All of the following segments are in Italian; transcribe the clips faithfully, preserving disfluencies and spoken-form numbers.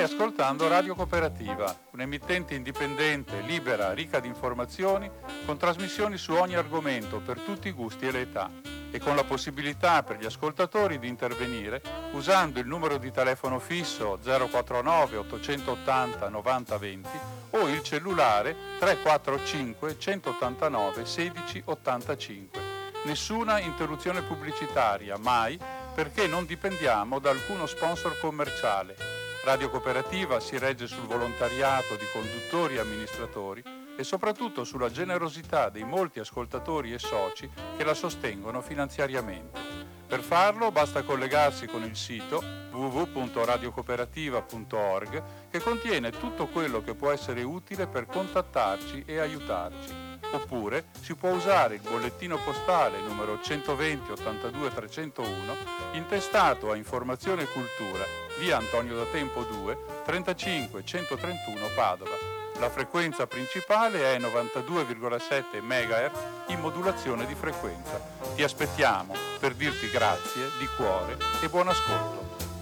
ascoltando Radio Cooperativa, un'emittente indipendente, libera, ricca di informazioni, con trasmissioni su ogni argomento per tutti i gusti e le età, e con la possibilità per gli ascoltatori di intervenire usando il numero di telefono fisso zero quattro nove ottocentoottanta novanta venti o il cellulare tre quattro cinque centottantanove sedici ottantacinque. Nessuna interruzione pubblicitaria, mai, perché non dipendiamo da alcuno sponsor commerciale. Radio Cooperativa si regge sul volontariato di conduttori e amministratori e soprattutto sulla generosità dei molti ascoltatori e soci che la sostengono finanziariamente. Per farlo basta collegarsi con il sito w w w punto radiocooperativa punto org, che contiene tutto quello che può essere utile per contattarci e aiutarci. Oppure si può usare il bollettino postale numero centoventi ottantadue trecentouno, intestato a Informazione e Cultura, via Antonio da Tempo due, trentacinque centotrentuno Padova. La frequenza principale è novantadue virgola sette megahertz in modulazione di frequenza. Ti aspettiamo per dirti grazie di cuore e buon ascolto.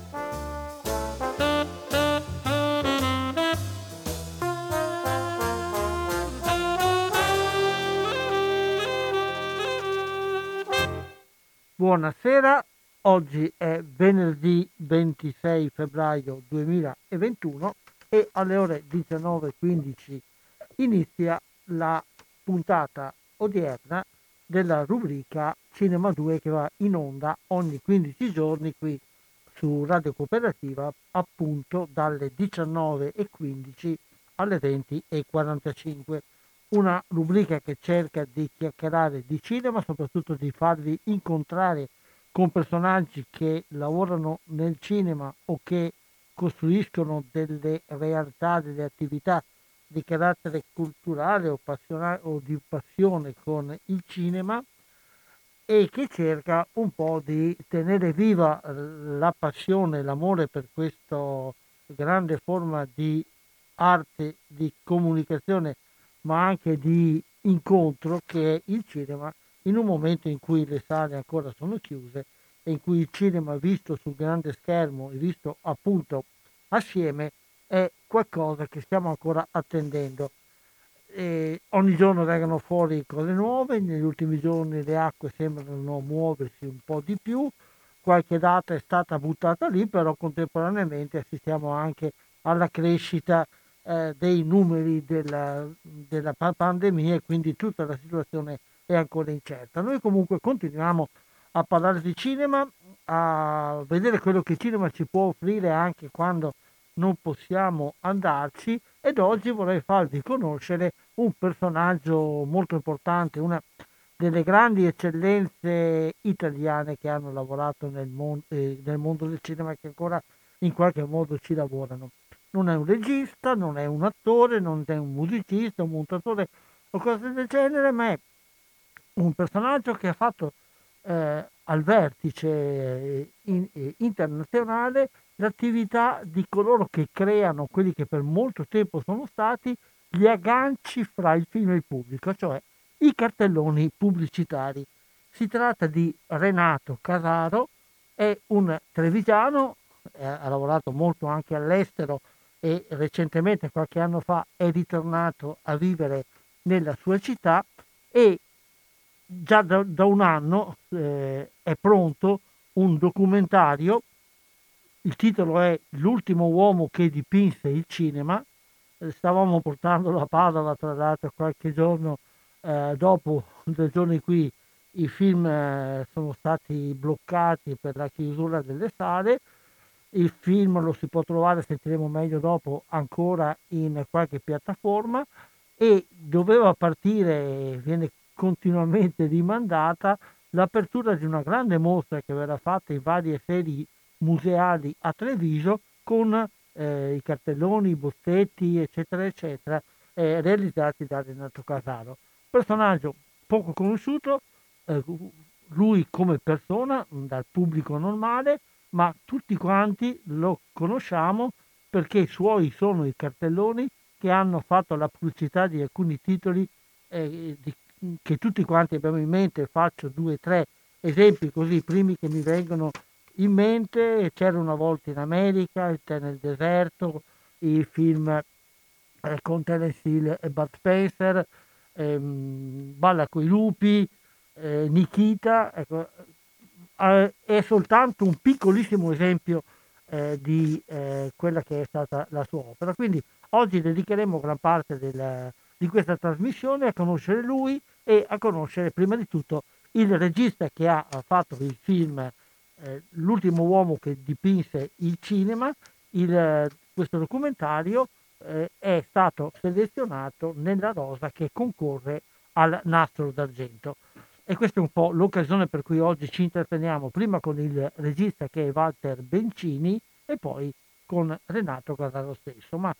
Buonasera, oggi è venerdì ventisei febbraio duemilaventuno e alle ore diciannove e quindici inizia la puntata odierna della rubrica Cinema due, che va in onda ogni quindici giorni qui su Radio Cooperativa, appunto dalle diciannove e quindici alle venti e quarantacinque. Una rubrica che cerca di chiacchierare di cinema, soprattutto di farvi incontrare con personaggi che lavorano nel cinema o che costruiscono delle realtà, delle attività di carattere culturale o, o di passione con il cinema, e che cerca un po' di tenere viva la passione, l'amore per questa grande forma di arte, di comunicazione, ma anche di incontro che è il cinema, in un momento in cui le sale ancora sono chiuse e in cui il cinema visto sul grande schermo e visto appunto assieme è qualcosa che stiamo ancora attendendo. E ogni giorno vengono fuori cose nuove, negli ultimi giorni le acque sembrano muoversi un po' di più, qualche data è stata buttata lì, però contemporaneamente assistiamo anche alla crescita Eh, dei numeri della, della pandemia, e quindi tutta la situazione è ancora incerta. Noi comunque continuiamo a parlare di cinema, a vedere quello che il cinema ci può offrire anche quando non possiamo andarci, ed oggi vorrei farvi conoscere un personaggio molto importante, una delle grandi eccellenze italiane che hanno lavorato nel, mon- eh, nel mondo del cinema, che ancora in qualche modo ci lavorano. Non è un regista, non è un attore, non è un musicista, un montatore o cose del genere, ma è un personaggio che ha fatto eh, al vertice eh, in, eh, internazionale l'attività di coloro che creano, quelli che per molto tempo sono stati gli agganci fra il film e il pubblico, cioè i cartelloni pubblicitari. Si tratta di Renato Casaro, è un trevigiano, eh, ha lavorato molto anche all'estero e recentemente, qualche anno fa, è ritornato a vivere nella sua città, e già da, da un anno eh, è pronto un documentario. Il titolo è L'ultimo uomo che dipinse il cinema. Eh, stavamo portandolo a Padova, tra l'altro, qualche giorno eh, dopo, del giorno in cui i film eh, sono stati bloccati per la chiusura delle sale. Il film lo si può trovare, sentiremo meglio dopo, ancora in qualche piattaforma, e doveva partire, viene continuamente rimandata, l'apertura di una grande mostra che verrà fatta in varie sedi museali a Treviso con eh, i cartelloni, i bozzetti, eccetera, eccetera, eh, realizzati da Renato Casaro. Personaggio poco conosciuto, eh, lui come persona, dal pubblico normale, ma tutti quanti lo conosciamo perché i suoi sono i cartelloni che hanno fatto la pubblicità di alcuni titoli eh, di, che tutti quanti abbiamo in mente. Faccio due o tre esempi così, i primi che mi vengono in mente. C'era una volta in America, Il tè nel deserto, i film eh, con Terence Hill e Bud Spencer, ehm, Balla coi lupi, eh, Nikita, ecco, eh, è soltanto un piccolissimo esempio eh, di eh, quella che è stata la sua opera. Quindi oggi dedicheremo gran parte del- di questa trasmissione a conoscere lui e a conoscere prima di tutto il regista che ha ha fatto il film eh, L'ultimo uomo che dipinse il cinema. Il, eh, questo documentario eh, è stato selezionato nella rosa che concorre al Nastro d'Argento. E questa è un po' l'occasione per cui oggi ci interpelliamo prima con il regista che è Walter Bencini e poi con Renato Casaro stesso. Ma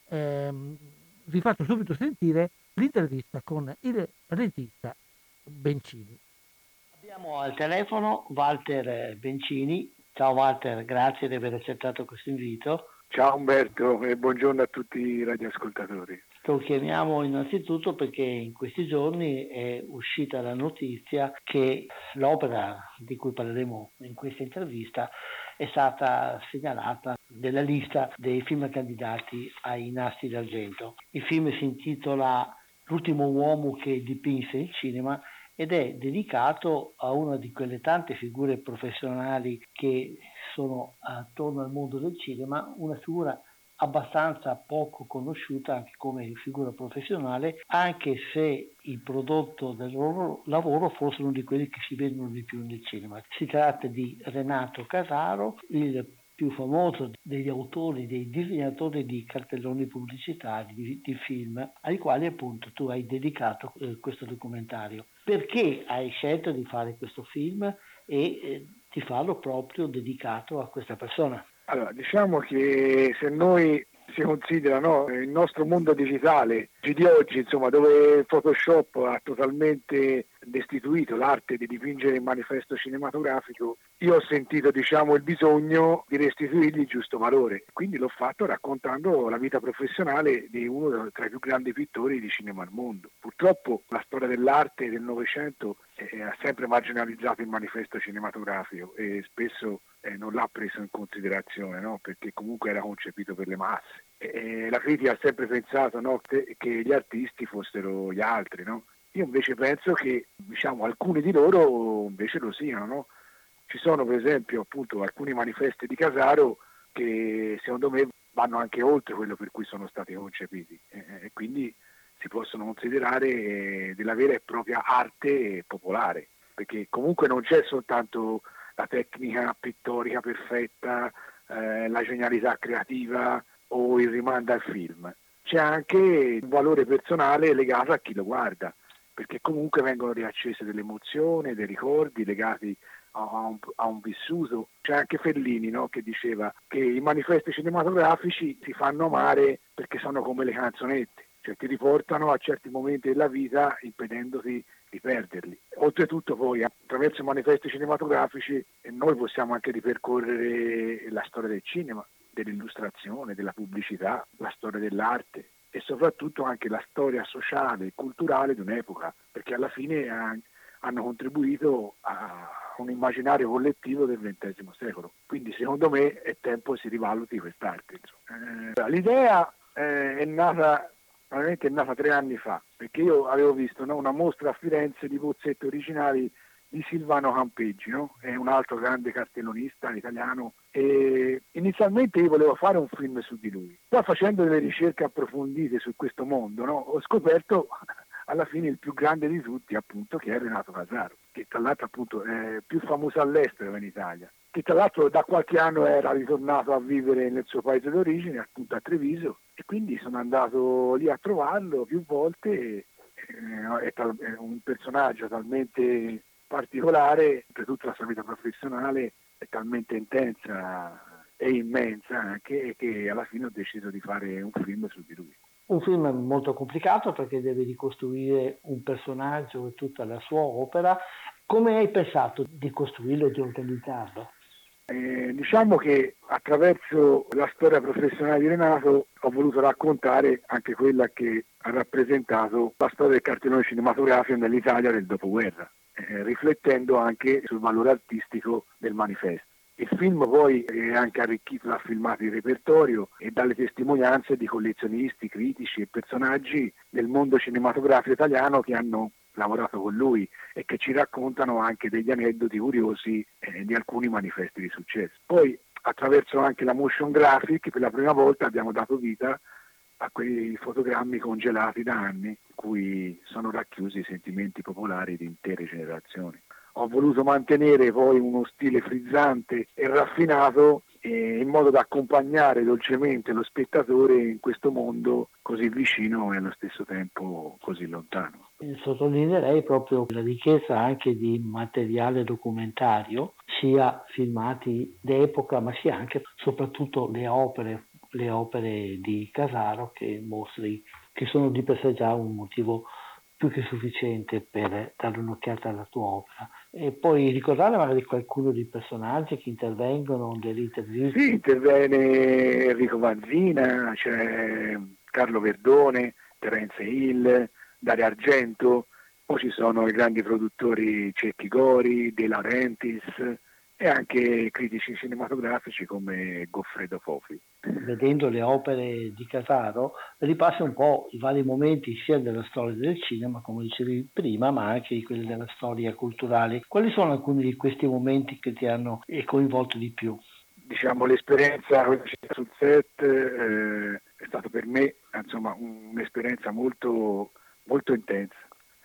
ehm, vi faccio subito sentire l'intervista con il regista Bencini. Abbiamo al telefono Walter Bencini. Ciao Walter, grazie di aver accettato questo invito. Ciao Umberto e buongiorno a tutti i radioascoltatori. Lo chiamiamo innanzitutto perché in questi giorni è uscita la notizia che l'opera di cui parleremo in questa intervista è stata segnalata nella lista dei film candidati ai Nastri d'Argento. Il film si intitola L'ultimo uomo che dipinse il cinema ed è dedicato a una di quelle tante figure professionali che sono attorno al mondo del cinema, una figura abbastanza poco conosciuta anche come figura professionale, anche se il prodotto del loro lavoro fosse uno di quelli che si vedono di più nel cinema. Si tratta di Renato Casaro, il più famoso degli autori, dei disegnatori di cartelloni pubblicitari, di, di film, ai quali appunto tu hai dedicato eh, questo documentario. Perché hai scelto di fare questo film e eh, di farlo proprio dedicato a questa persona? Allora, diciamo che se noi si considera, no, il nostro mondo digitale di oggi, insomma, dove Photoshop ha totalmente destituito l'arte di dipingere il manifesto cinematografico, io ho sentito, diciamo, il bisogno di restituirgli il giusto valore. Quindi l'ho fatto raccontando la vita professionale di uno tra i più grandi pittori di cinema al mondo. Purtroppo la storia dell'arte del Novecento eh, ha sempre marginalizzato il manifesto cinematografico e spesso eh, non l'ha preso in considerazione, no? Perché comunque era concepito per le masse. E la critica ha sempre pensato, no, che gli artisti fossero gli altri, no? Io invece penso che, diciamo, alcuni di loro invece lo siano, no? Ci sono per esempio appunto alcuni manifesti di Casaro che secondo me vanno anche oltre quello per cui sono stati concepiti e eh, quindi si possono considerare eh, della vera e propria arte popolare, perché comunque non c'è soltanto la tecnica pittorica perfetta, eh, la genialità creativa o il rimando al film, c'è anche un valore personale legato a chi lo guarda, perché comunque vengono riaccese delle emozioni, dei ricordi legati a un, a un vissuto. C'è anche Fellini, no, che diceva che i manifesti cinematografici si fanno amare perché sono come le canzonette, cioè ti riportano a certi momenti della vita impedendoti di perderli. Oltretutto poi attraverso i manifesti cinematografici noi possiamo anche ripercorrere la storia del cinema, dell'illustrazione, della pubblicità, la storia dell'arte e soprattutto anche la storia sociale e culturale di un'epoca, perché alla fine ha, hanno contribuito a un immaginario collettivo del ventesimo secolo. Quindi secondo me è tempo che si rivaluti quest'arte. Eh, l'idea eh, è nata Probabilmente è nata tre anni fa, perché io avevo visto, no, una mostra a Firenze di bozzetti originali di Silvano Campeggi, no? È un altro grande cartellonista italiano, e inizialmente io volevo fare un film su di lui. Poi facendo delle ricerche approfondite su questo mondo, no, ho scoperto alla fine il più grande di tutti, appunto, che è Renato Casaro, che tra l'altro appunto è più famoso all'estero che in Italia, che tra l'altro da qualche anno era ritornato a vivere nel suo paese d'origine, appunto a Treviso, e quindi sono andato lì a trovarlo più volte. E, eh, è, tal- è un personaggio talmente particolare, per tutta la sua vita professionale è talmente intensa e immensa anche, che alla fine ho deciso di fare un film su di lui. Un film molto complicato perché deve ricostruire un personaggio e tutta la sua opera. Come hai pensato di costruirlo e di organizzarlo? Eh, diciamo che attraverso la storia professionale di Renato ho voluto raccontare anche quella che ha rappresentato la storia del cartellone cinematografico nell'Italia del dopoguerra, eh, riflettendo anche sul valore artistico del manifesto. Il film poi è anche arricchito da filmati di repertorio e dalle testimonianze di collezionisti, critici e personaggi del mondo cinematografico italiano che hanno lavorato con lui e che ci raccontano anche degli aneddoti curiosi eh, di alcuni manifesti di successo. Poi attraverso anche la motion graphic per la prima volta abbiamo dato vita a quei fotogrammi congelati da anni in cui sono racchiusi i sentimenti popolari di intere generazioni. Ho voluto mantenere poi uno stile frizzante e raffinato eh, in modo da accompagnare dolcemente lo spettatore in questo mondo così vicino e allo stesso tempo così lontano. Sottolineerei proprio la ricchezza anche di materiale documentario, sia filmati d'epoca, ma sia anche soprattutto le opere, le opere di Casaro che mostri, che sono di per sé già un motivo più che sufficiente per dare un'occhiata alla tua opera. E poi ricordare magari qualcuno dei personaggi che intervengono, delle interviste. Sì, interviene Enrico Vanzina, c'è Carlo Verdone, Terence Hill, Dario Argento, poi ci sono i grandi produttori Cecchi Gori, De Laurentiis e anche critici cinematografici come Goffredo Fofi. Vedendo le opere di Casaro ripassa un po' i vari momenti sia della storia del cinema, come dicevi prima, ma anche di quelli della storia culturale. Quali sono alcuni di questi momenti che ti hanno coinvolto di più? Diciamo l'esperienza sul set eh, è stata per me insomma un'esperienza molto, molto intensa,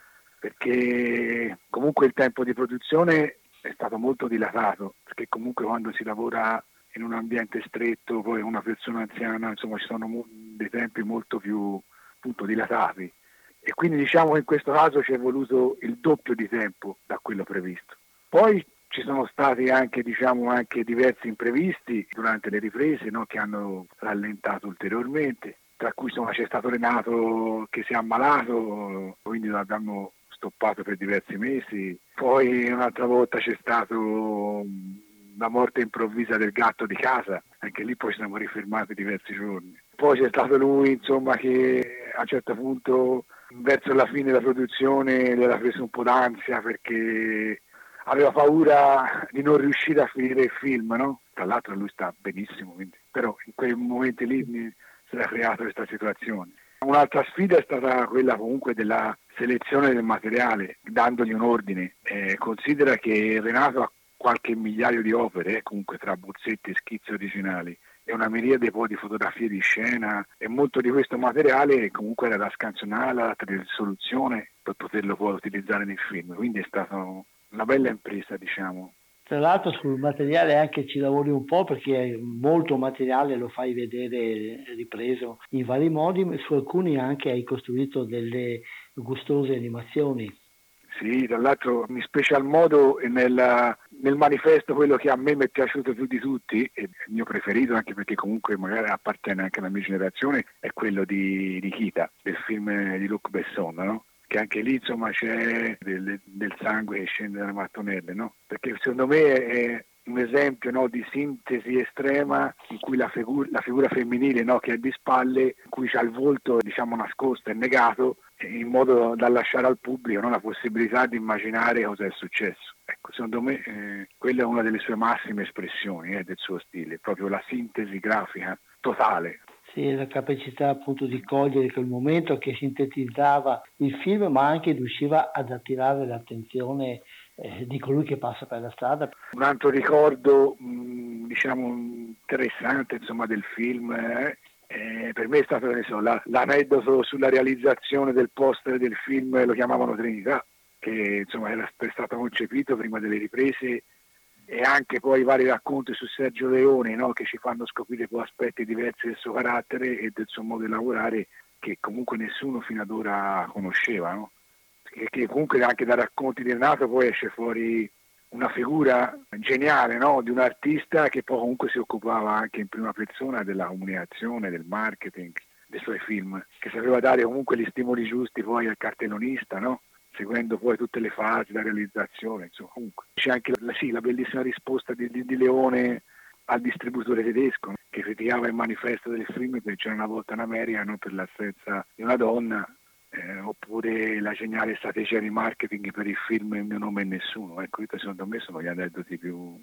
perché comunque il tempo di produzione è stato molto dilatato, perché comunque quando si lavora in un ambiente stretto, poi una persona anziana, insomma ci sono dei tempi molto più appunto dilatati e quindi diciamo che in questo caso ci è voluto il doppio di tempo da quello previsto. Poi ci sono stati anche, diciamo, anche diversi imprevisti durante le riprese, no, che hanno rallentato ulteriormente, tra cui insomma c'è stato Renato che si è ammalato, quindi l'abbiamo stoppato per diversi mesi. Poi un'altra volta c'è stato la morte improvvisa del gatto di casa, anche lì poi ci siamo rifermati diversi giorni. Poi c'è stato lui, insomma, che a un certo punto verso la fine della produzione gli era preso un po' d'ansia perché aveva paura di non riuscire a finire il film, no? Tra l'altro lui sta benissimo, quindi. Però in quei momenti lì mi si era creata questa situazione. Un'altra sfida è stata quella comunque della selezione del materiale, dandogli un ordine. Eh, considera che Renato ha qualche migliaio di opere, eh, comunque tra bozzetti e schizzi originali, e una miriade poi di fotografie di scena, e molto di questo materiale comunque era da scansionare alla risoluzione per poterlo poi utilizzare nel film, quindi è stata una bella impresa, diciamo. Tra l'altro sul materiale anche ci lavori un po' perché molto materiale lo fai vedere ripreso in vari modi, ma su alcuni anche hai costruito delle gustose animazioni. Sì, tra l'altro in special modo nel, nel manifesto quello che a me mi è piaciuto più di tutti, e il mio preferito anche perché comunque magari appartiene anche alla mia generazione, è quello di Nikita, del film di Luc Besson, no? Che anche lì insomma c'è del, del sangue che scende dalle mattonelle, no? Perché secondo me è un esempio, no, di sintesi estrema in cui la, figu- la figura femminile, no, che è di spalle, in cui c'ha il volto diciamo nascosto e negato, in modo da lasciare al pubblico, no, la possibilità di immaginare cosa è successo. Ecco, secondo me eh, quella è una delle sue massime espressioni eh, del suo stile, proprio la sintesi grafica totale. Sì, la capacità appunto di cogliere quel momento che sintetizzava il film, ma anche riusciva ad attirare l'attenzione eh, di colui che passa per la strada. Un altro ricordo mh, diciamo interessante insomma del film eh, eh, per me è stato so, la, l'aneddoto sulla realizzazione del poster del film, lo chiamavano Trinità, che insomma era stato concepito prima delle riprese, e anche poi vari racconti su Sergio Leone, no, che ci fanno scoprire poi aspetti diversi del suo carattere e del suo modo di lavorare che comunque nessuno fino ad ora conosceva, no? Che, che comunque anche da racconti di Renato poi esce fuori una figura geniale, no? Di un artista che poi comunque si occupava anche in prima persona della comunicazione, del marketing dei suoi film, che sapeva dare comunque gli stimoli giusti poi al cartellonista, no? Seguendo poi tutte le fasi, la realizzazione, insomma, comunque. C'è anche la, sì, la bellissima risposta di, di, di Leone al distributore tedesco, che criticava il manifesto del film perché c'era una volta in America, non per l'assenza di una donna, eh, oppure la geniale strategia di marketing per il film Il mio nome è nessuno. Ecco, secondo me sono gli aneddoti più...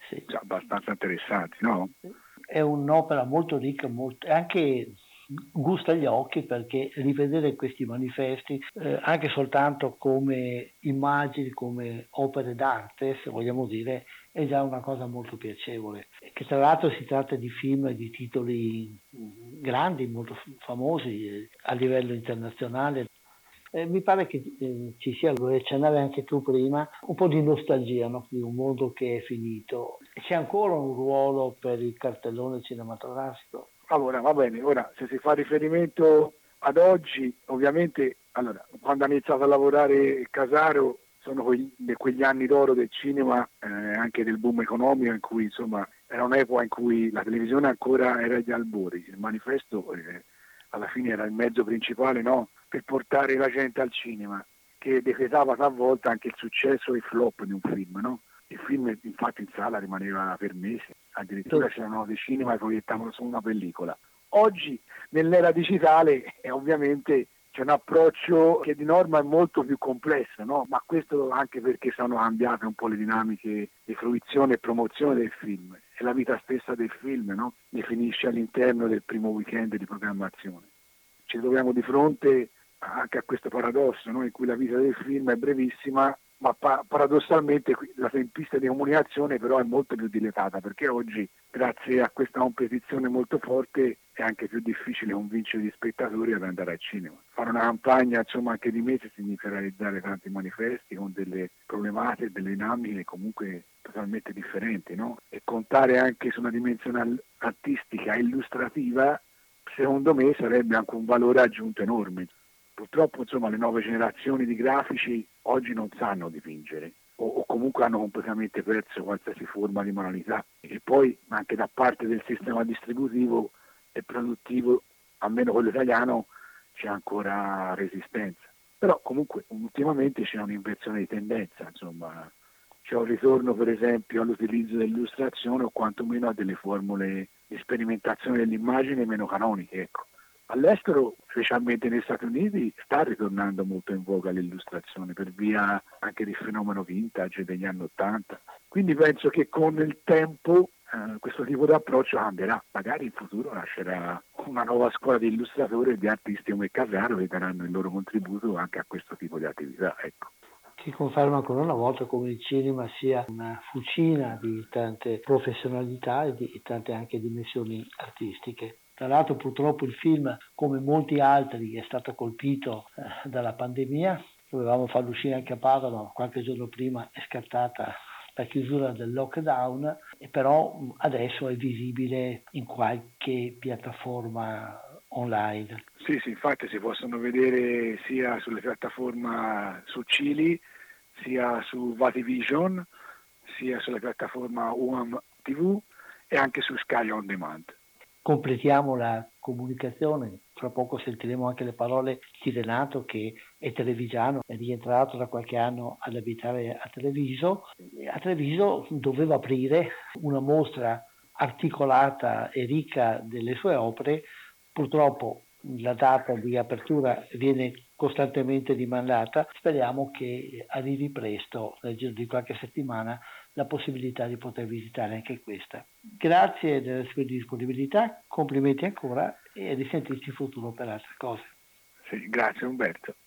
Sì. Cioè, abbastanza interessanti, no? È un'opera molto ricca, molto, e anche gusta agli occhi, perché rivedere questi manifesti eh, anche soltanto come immagini, come opere d'arte, se vogliamo dire, è già una cosa molto piacevole. Che tra l'altro si tratta di film di titoli grandi, molto famosi eh, a livello internazionale. Eh, mi pare che eh, ci sia, lo accennavi anche tu prima, un po' di nostalgia, no? Di un mondo che è finito. C'è ancora un ruolo per il cartellone cinematografico? Allora, va bene, ora se si fa riferimento ad oggi, ovviamente, allora, quando ha iniziato a lavorare Casaro sono quegli, quegli anni d'oro del cinema, eh, anche del boom economico, in cui insomma era un'epoca in cui la televisione ancora era agli albori, il manifesto eh, alla fine era il mezzo principale, no? Per portare la gente al cinema, che decretava talvolta anche il successo e il flop di un film, no? Il film infatti in sala rimaneva per mesi, addirittura c'erano dei cinema che proiettavano su una pellicola. Oggi nell'era digitale eh, ovviamente c'è un approccio che di norma è molto più complesso, no? Ma questo anche perché sono cambiate un po' le dinamiche di fruizione e promozione del film, e la vita stessa del film, no? Definisce all'interno del primo weekend di programmazione. Ci troviamo di fronte anche a questo paradosso, no? In cui la vita del film è brevissima, ma pa- paradossalmente la tempistica di comunicazione però è molto più dilatata, perché oggi, grazie a questa competizione molto forte, è anche più difficile convincere gli spettatori ad andare al cinema. Fare una campagna insomma anche di mesi significa realizzare tanti manifesti con delle problematiche, delle dinamiche comunque totalmente differenti, no? E contare anche su una dimensione artistica illustrativa, secondo me sarebbe anche un valore aggiunto enorme. Purtroppo insomma le nuove generazioni di grafici oggi non sanno dipingere o, o comunque hanno completamente perso qualsiasi forma di manualità, e poi anche da parte del sistema distributivo e produttivo, almeno quello italiano, c'è ancora resistenza. Però comunque ultimamente c'è un'inversione di tendenza, insomma c'è un ritorno per esempio all'utilizzo dell'illustrazione o quantomeno a delle formule di sperimentazione dell'immagine meno canoniche, ecco. All'estero, specialmente negli Stati Uniti, sta ritornando molto in voga l'illustrazione per via anche del fenomeno vintage degli anni Ottanta. Quindi penso che con il tempo eh, questo tipo di approccio cambierà. Magari in futuro nascerà una nuova scuola di illustratori e di artisti come Casaro che daranno il loro contributo anche a questo tipo di attività. Ecco. Che conferma ancora una volta come il cinema sia una fucina di tante professionalità e di tante anche dimensioni artistiche. Tra l'altro purtroppo il film, come molti altri, è stato colpito eh, dalla pandemia. Dovevamo farlo uscire anche a Padova, qualche giorno prima è scattata la chiusura del lockdown, e però adesso è visibile in qualche piattaforma online. Sì, sì, infatti si possono vedere sia sulle piattaforme su Cili, sia su Vativision, sia sulla piattaforma U A M T V e anche su Sky On Demand. Completiamo la comunicazione, fra poco sentiremo anche le parole di Renato, che è trevigiano, è rientrato da qualche anno ad abitare a Treviso. A Treviso doveva aprire una mostra articolata e ricca delle sue opere. Purtroppo la data di apertura viene costantemente rimandata. Speriamo che arrivi presto, nel giro di qualche settimana, la possibilità di poter visitare anche questa. Grazie della sua disponibilità, complimenti ancora e a risentirci in futuro per altre cose. Sì, grazie Umberto.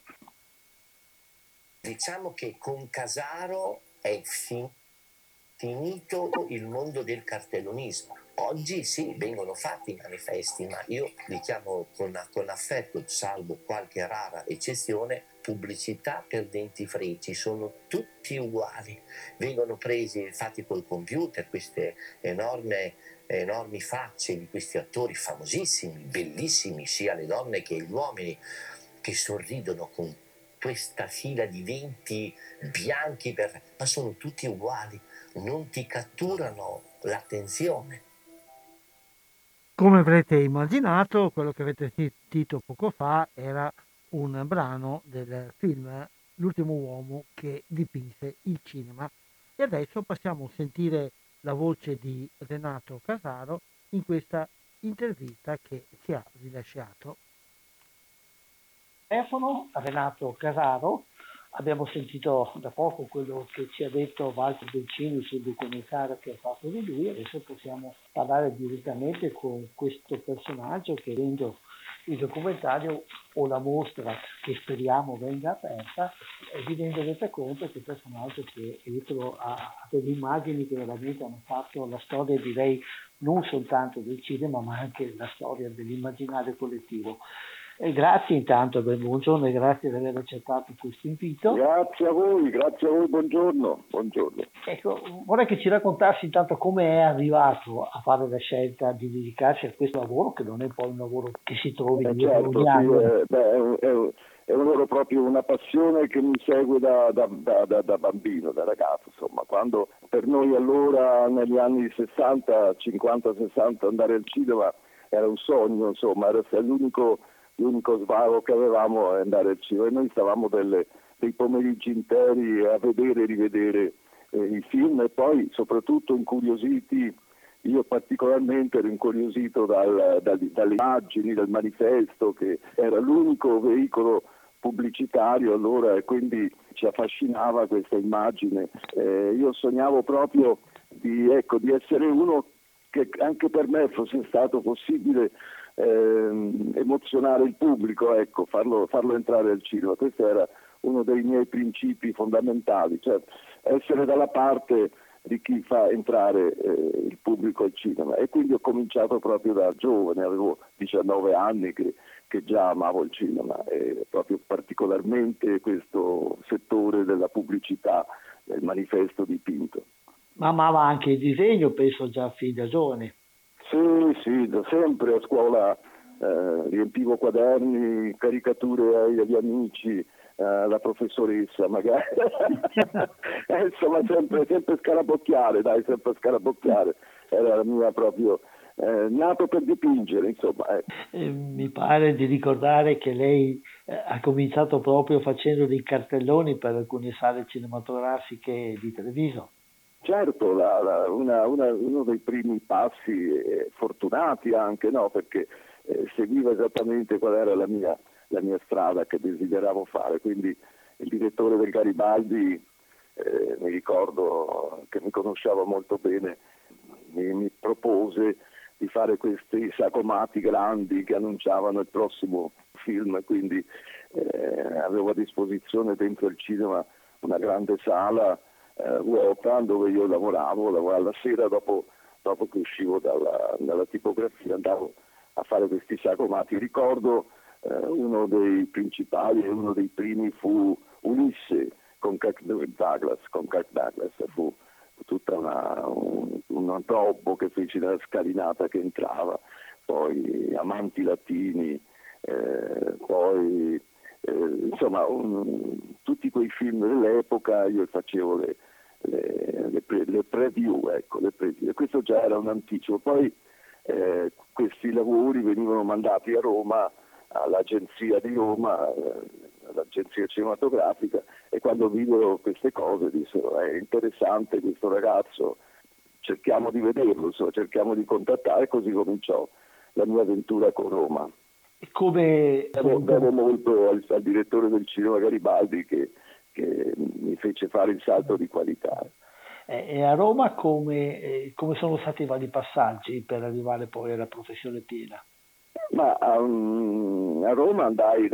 Diciamo che con Casaro è fin- finito il mondo del cartellonismo. Oggi sì, vengono fatti i manifesti, ma io li chiamo con, con affetto, salvo qualche rara eccezione, pubblicità per dentifrici. Sono tutti uguali, vengono presi, fatti col computer, queste enorme, enormi facce di questi attori famosissimi, bellissimi, sia le donne che gli uomini, che sorridono con questa fila di denti bianchi, per... ma sono tutti uguali, non ti catturano l'attenzione. Come avrete immaginato, quello che avete sentito poco fa era un brano del film L'ultimo uomo che dipinse il cinema. E adesso passiamo a sentire la voce di Renato Casaro in questa intervista che ci ha rilasciato. Telefono a Renato Casaro, Abbiamo sentito da poco quello che ci ha detto Walter Bencini sul documentario che ha fatto di lui, adesso possiamo parlare direttamente con questo personaggio che, vedendo il documentario o la mostra che speriamo venga aperta, e vi renderete conto che il personaggio che è dietro a, a delle immagini che veramente hanno fatto la storia, direi, non soltanto del cinema, ma anche la storia dell'immaginario collettivo. E grazie intanto, ben buongiorno e grazie di aver accettato questo invito. Grazie a voi, grazie a voi, buongiorno. buongiorno. Ecco, vorrei che ci raccontassi intanto come è arrivato a fare la scelta di dedicarsi a questo lavoro, che non è poi un lavoro che si trovi eh dietro certo, ogni sì, anno. È, beh, è, un, è, un, è un lavoro proprio, una passione che mi segue da, da, da, da, da bambino, da ragazzo, insomma, quando per noi allora negli anni sessanta, cinquanta, sessanta andare al cinema era un sogno, insomma, era l'unico l'unico svago che avevamo è andare al cinema e noi stavamo delle, dei pomeriggi interi a vedere e rivedere eh, i film e poi soprattutto incuriositi, io particolarmente ero incuriosito dal, dal, dalle immagini, dal manifesto che era l'unico veicolo pubblicitario allora e quindi ci affascinava questa immagine. Eh, io sognavo proprio di, ecco, di essere uno che anche per me fosse stato possibile Eh, emozionare il pubblico, ecco, farlo, farlo entrare al cinema. Questo era uno dei miei principi fondamentali, cioè essere dalla parte di chi fa entrare eh, il pubblico al cinema. E quindi ho cominciato proprio da giovane, avevo diciannove anni che, che già amavo il cinema e proprio particolarmente questo settore della pubblicità, del manifesto dipinto. Ma amava anche il disegno, penso già fin da giovane. Sì, sì, da sempre a scuola eh, riempivo quaderni, caricature ai, agli amici, eh, la professoressa magari, eh, insomma sempre, sempre scarabocchiare, dai, sempre scarabocchiare, era la mia proprio, eh, nato per dipingere, insomma. Eh. Eh, mi pare di ricordare che lei eh, ha cominciato proprio facendo dei cartelloni per alcune sale cinematografiche di Treviso. Certo, la, la, una, una, uno dei primi passi eh, fortunati anche, no? Perché eh, seguiva esattamente qual era la mia, la mia strada che desideravo fare, quindi il direttore del Garibaldi, eh, mi ricordo che mi conosceva molto bene, mi, mi propose di fare questi sagomati grandi che annunciavano il prossimo film, quindi eh, avevo a disposizione dentro il cinema una grande sala Uh, vuota dove io lavoravo, lavoravo la sera dopo, dopo che uscivo dalla, dalla tipografia, andavo a fare questi sagomati. Ricordo uh, uno dei principali e uno dei primi fu Ulisse con Kirk Douglas, con Kirk Douglas, fu tutta una, un, un antroppo che fece nella scalinata che entrava, poi Amanti Latini, eh, poi eh, insomma un, tutti quei film dell'epoca io facevo le Le, le, pre, le preview, ecco, le preview. E questo già era un anticipo. Poi eh, questi lavori venivano mandati a Roma, all'agenzia di Roma, eh, all'agenzia cinematografica, e quando videro queste cose dissero è interessante questo ragazzo, cerchiamo di vederlo, insomma, cerchiamo di contattare, e così cominciò la mia avventura con Roma. Come devo, devo molto al, al direttore del cinema Garibaldi che che mi fece fare il salto di qualità. E a Roma come, eh, come sono stati i vari passaggi per arrivare poi alla professione piena? Ma um, a Roma andai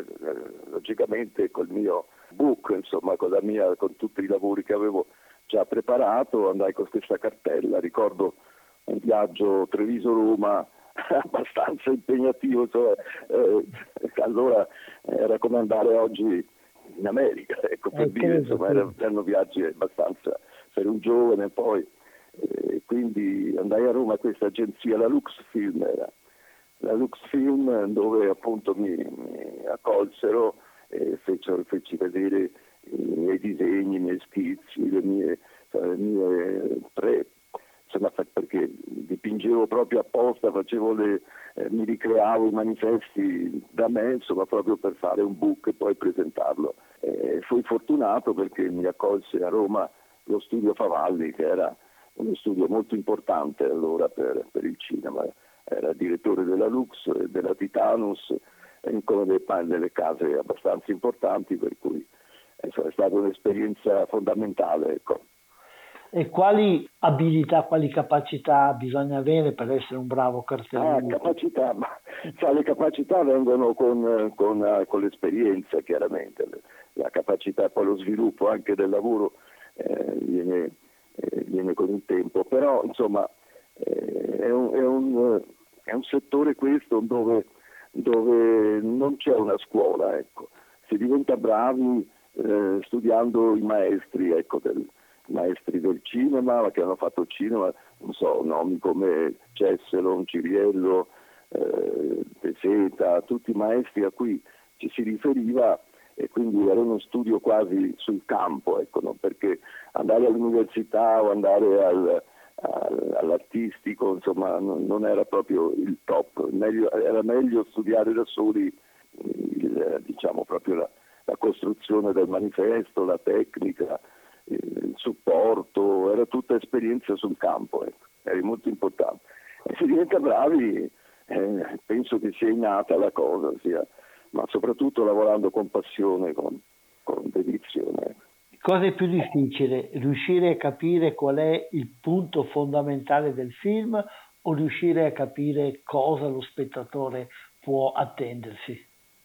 logicamente col mio book, insomma, con la mia, con tutti i lavori che avevo già preparato, andai con questa cartella. Ricordo un viaggio Treviso-Roma abbastanza impegnativo, cioè, eh, allora era come andare oggi in America, ecco, per eh, dire, insomma, erano, erano viaggi abbastanza per un giovane, poi eh, quindi andai a Roma a questa agenzia, la Lux Film era, la Lux Film dove appunto mi, mi accolsero e fecero, feci vedere i miei disegni, i miei schizzi, le mie, le mie pre, insomma, perché dipingevo proprio apposta, facevo le, eh, mi ricreavo i manifesti da me, insomma, proprio per fare un book e poi presentarlo. Eh, fui fortunato perché mi accolse a Roma lo studio Favalli, che era uno studio molto importante allora per, per il cinema. Era direttore della Lux, della Titanus, in come delle, delle case abbastanza importanti, per cui è stata un'esperienza fondamentale. Ecco. E quali abilità, quali capacità bisogna avere per essere un bravo cartellista? Ah, capacità, ma cioè, le capacità vengono con, con, con l'esperienza, chiaramente. La capacità, poi lo sviluppo anche del lavoro eh, viene, eh, viene con il tempo, però insomma eh, è, un, è, un, è un settore questo dove, dove non c'è una scuola, ecco. Si diventa bravi eh, studiando i maestri, ecco, del, maestri del cinema, che hanno fatto cinema, non so, nomi come Cesselon, Ciriello, eh, Peseta, tutti i maestri a cui ci si riferiva, e quindi era uno studio quasi sul campo, ecco, no? Perché andare all'università o andare al, al, all'artistico, insomma, non, non era proprio il top. Meglio, era meglio studiare da soli, il, diciamo, proprio la, la costruzione del manifesto, la tecnica, il supporto, era tutta esperienza sul campo, ecco. Era molto importante. E se diventa bravi, eh, penso che sia innata la cosa, sia, ma soprattutto lavorando con passione, con, con dedizione. Cosa è più difficile? Riuscire a capire qual è il punto fondamentale del film o riuscire a capire cosa lo spettatore può attendersi?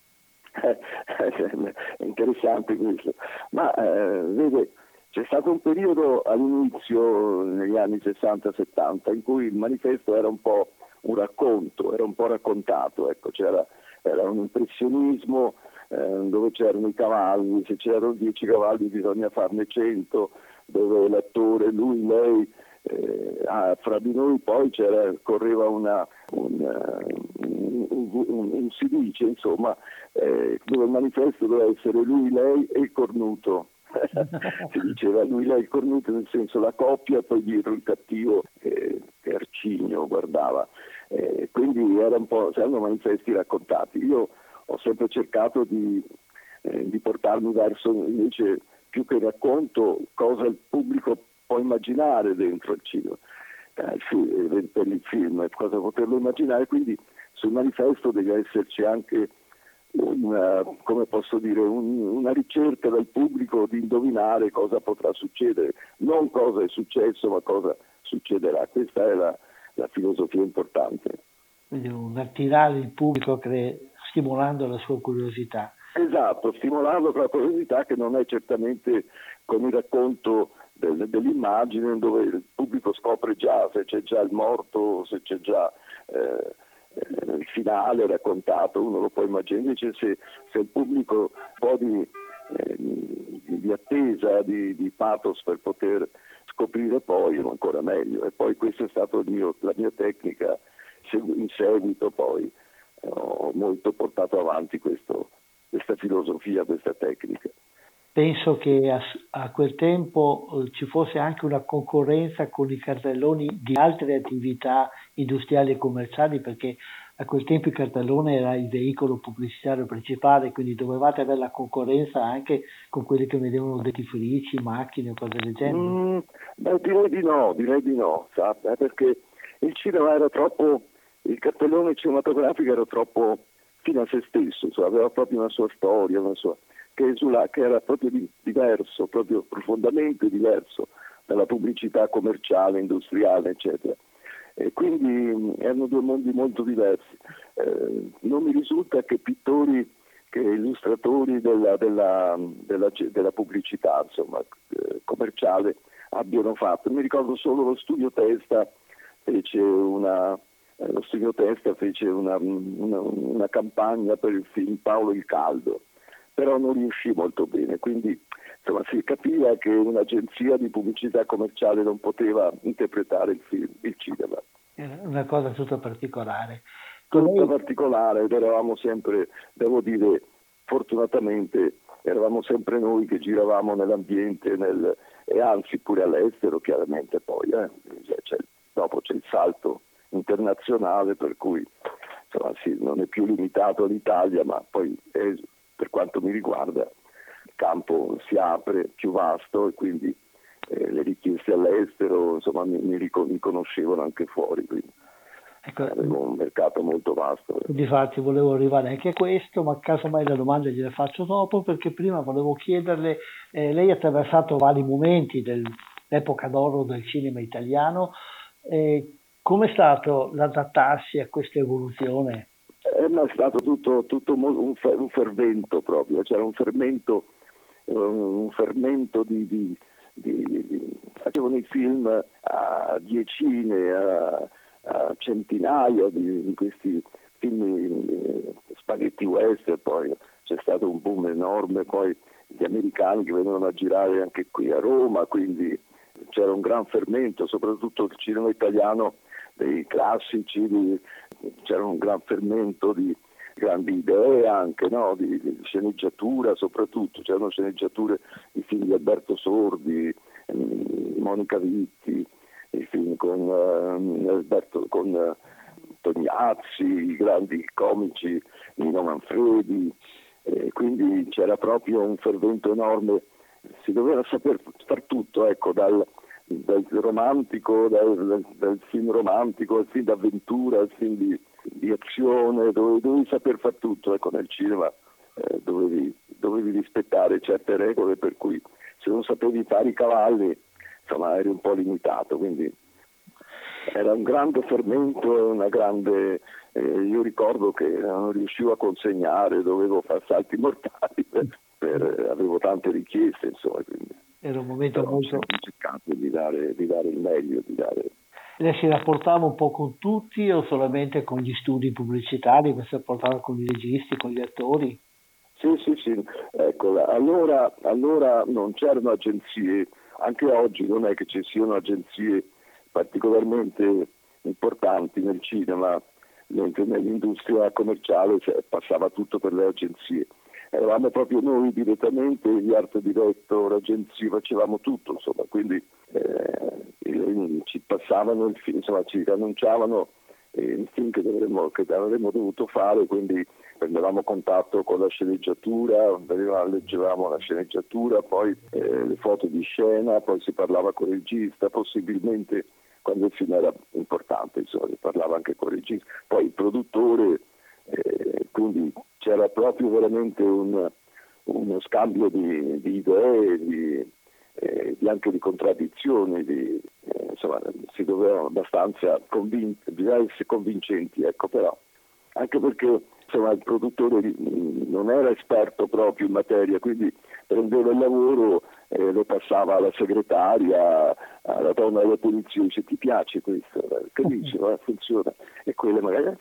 È interessante questo, ma eh, vede, c'è stato un periodo all'inizio, negli anni sessanta settanta, in cui il manifesto era un po' un racconto, era un po' raccontato, ecco, c'era era un impressionismo eh, dove c'erano i cavalli, se c'erano dieci cavalli bisogna farne cento, dove l'attore, lui, lei, eh, ah, fra di noi poi c'era, correva una, un, un, un, un, un si dice, insomma, eh, dove il manifesto doveva essere lui, lei e il cornuto. Si diceva lui, lei, il cornuto, nel senso la coppia, poi dietro il cattivo eh, che Arcigno guardava. Eh, quindi era un po', erano manifesti raccontati. Io ho sempre cercato di, eh, di portarmi verso invece, più che racconto, cosa il pubblico può immaginare dentro il cinema, eh, il film, per il film, cosa poterlo immaginare. Quindi sul manifesto deve esserci anche una, come posso dire, un, una ricerca del pubblico di indovinare cosa potrà succedere, non cosa è successo ma cosa succederà. Questa è la, la filosofia importante. Quindi un attirare il pubblico cre- stimolando la sua curiosità. Esatto, stimolando la curiosità, che non è certamente con il racconto del, dell'immagine dove il pubblico scopre già se c'è già il morto, se c'è già eh, il finale raccontato, uno lo può immaginare. Invece se, se il pubblico un po' di, eh, di attesa, di, di pathos per poter scoprire poi, è ancora meglio. E poi questa è stata la mia tecnica, in seguito poi eh, ho molto portato avanti questo, questa filosofia, questa tecnica. Penso che a, a quel tempo eh, ci fosse anche una concorrenza con i cartelloni di altre attività industriali e commerciali, perché a quel tempo il cartellone era il veicolo pubblicitario principale, quindi dovevate avere la concorrenza anche con quelli che vedevano dentifrici, macchine o cose del genere. Mm, beh, direi di no, direi di no, sa, perché il cinema era troppo, il cartellone cinematografico era troppo fino a se stesso, cioè aveva proprio una sua storia, una sua, che, esula, che era proprio di, diverso, proprio profondamente diverso dalla pubblicità commerciale, industriale, eccetera. E quindi mh, erano due mondi molto diversi. Eh, non mi risulta che pittori, che illustratori della, della, della, della pubblicità, insomma, eh, commerciale abbiano fatto. Mi ricordo solo lo Studio Testa fece una eh, lo Studio Testa fece una, una, una campagna per il film Paolo il Caldo, però non riuscì molto bene, quindi insomma si capiva che un'agenzia di pubblicità commerciale non poteva interpretare il film, il cinema. Era una cosa tutta particolare. Tutta particolare, ed eravamo sempre, devo dire, fortunatamente eravamo sempre noi che giravamo nell'ambiente, nel, e anzi pure all'estero chiaramente poi, eh. C'è, dopo c'è il salto internazionale, per cui insomma, sì, non è più limitato all'Italia, ma poi è, per quanto mi riguarda il campo si apre più vasto e quindi eh, le richieste all'estero insomma mi, mi riconoscevano anche fuori. Quindi. Ecco, avevo un mercato molto vasto. difatti volevo arrivare anche a questo, ma casomai le domande gliele faccio dopo, perché prima volevo chiederle, eh, lei ha attraversato vari momenti dell'epoca d'oro del cinema italiano, eh, com'è stato l'adattarsi a questa evoluzione? Eh, ma è stato tutto, tutto mo- un, fe- un fermento proprio, c'era un fermento, eh, un fermento di, di, di, di- facevano i film a decine, a, a centinaia di, di questi film, eh, spaghetti western, poi c'è stato un boom enorme, poi gli americani che venivano a girare anche qui a Roma, quindi c'era un gran fermento, soprattutto il cinema italiano, dei classici, di, c'era un gran fermento di grandi idee anche, no? di, di sceneggiatura soprattutto, c'erano sceneggiature, i film di Alberto Sordi, eh, Monica Vitti, i film con, eh, Alberto, con eh, Tognazzi, i grandi comici, Nino Manfredi, eh, quindi c'era proprio un fermento enorme, si doveva saper far tutto, ecco, dal dal romantico, dal, dal, dal film romantico al film d'avventura, al film di, di azione, dove dovevi saper far tutto, ecco, nel cinema eh, dovevi, dovevi rispettare certe regole, per cui se non sapevi fare i cavalli, insomma, eri un po' limitato, quindi era un grande fermento, una grande, eh, io ricordo che non riuscivo a consegnare, dovevo fare salti mortali, per, per, avevo tante richieste, insomma, quindi Era un momento molto... ho cercato di dare, di dare il meglio, di dare... Lei si rapportava un po' con tutti o solamente con gli studi pubblicitari, si rapportava con i registi, con gli attori? Sì, sì, sì, ecco, allora, allora non c'erano agenzie, anche oggi non è che ci siano agenzie particolarmente importanti nel cinema, mentre nell'industria commerciale passava tutto per le agenzie. Eravamo proprio noi direttamente, gli art director, agenzie, facevamo tutto, insomma, quindi eh, ci passavano il film, insomma, ci annunciavano eh, il film che, dovremmo, che avremmo dovuto fare, quindi prendevamo contatto con la sceneggiatura, leggevamo la sceneggiatura, poi eh, le foto di scena, poi si parlava con il regista, possibilmente quando il film era importante, insomma, si parlava anche con il regista, poi il produttore, eh, quindi c'era proprio veramente un, uno scambio di, di idee, di, eh, di anche di contraddizioni, di, eh, insomma, si dovevano abbastanza convin- bisogna essere convincenti, ecco, però anche perché insomma, il produttore non era esperto proprio in materia, quindi prendeva il lavoro e lo passava alla segretaria, alla donna della polizia, dice ti piace questo? Che dici? No? Funziona. E quelle magari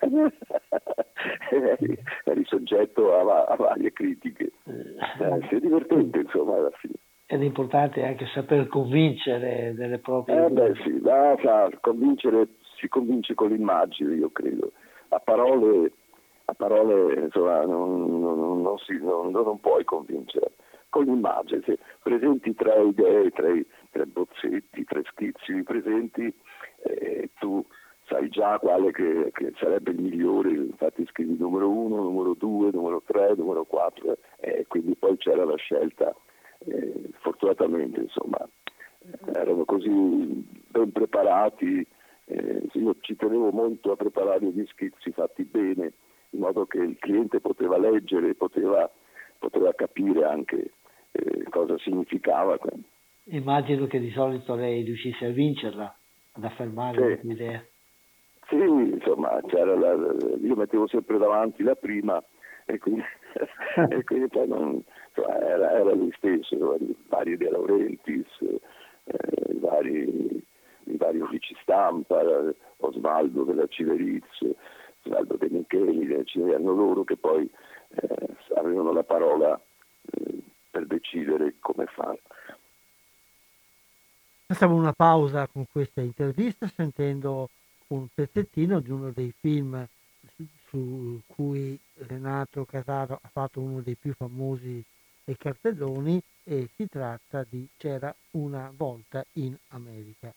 eri, eri soggetto a, a varie critiche. Eh, si è divertente insomma alla fine. Ed è importante anche saper convincere delle proprie... Eh beh sì, da, da, convincere, si convince con l'immagine, io credo. A parole, a parole insomma, non, non, non, si, non, non puoi convincere. Con l'immagine, se presenti tre idee, tre, tre bozzetti, tre schizzi, li presenti, eh, tu sai già quale che, che sarebbe il migliore, infatti scrivi numero uno, numero due, numero tre, numero quattro, e eh, quindi poi c'era la scelta. Eh, fortunatamente insomma erano così ben preparati, eh, io ci tenevo molto a preparare gli schizzi fatti bene in modo che il cliente poteva leggere, poteva, poteva capire anche eh, cosa significava. Immagino che di solito lei riuscisse a vincerla, ad affermare l'idea. Sì, insomma c'era la, io mettevo sempre davanti la prima e quindi, e quindi poi non, insomma, era, era lui stesso, i vari De Laurentiis, eh, i vari i vari uffici stampa, Osvaldo della Civeriz, Osvaldo De Micheli, erano loro che poi eh, avevano la parola eh, per decidere come fare. Facciamo una pausa con questa intervista sentendo un pezzettino di uno dei film su cui Renato Casaro ha fatto uno dei più famosi dei cartelloni, e si tratta di C'era una volta in America.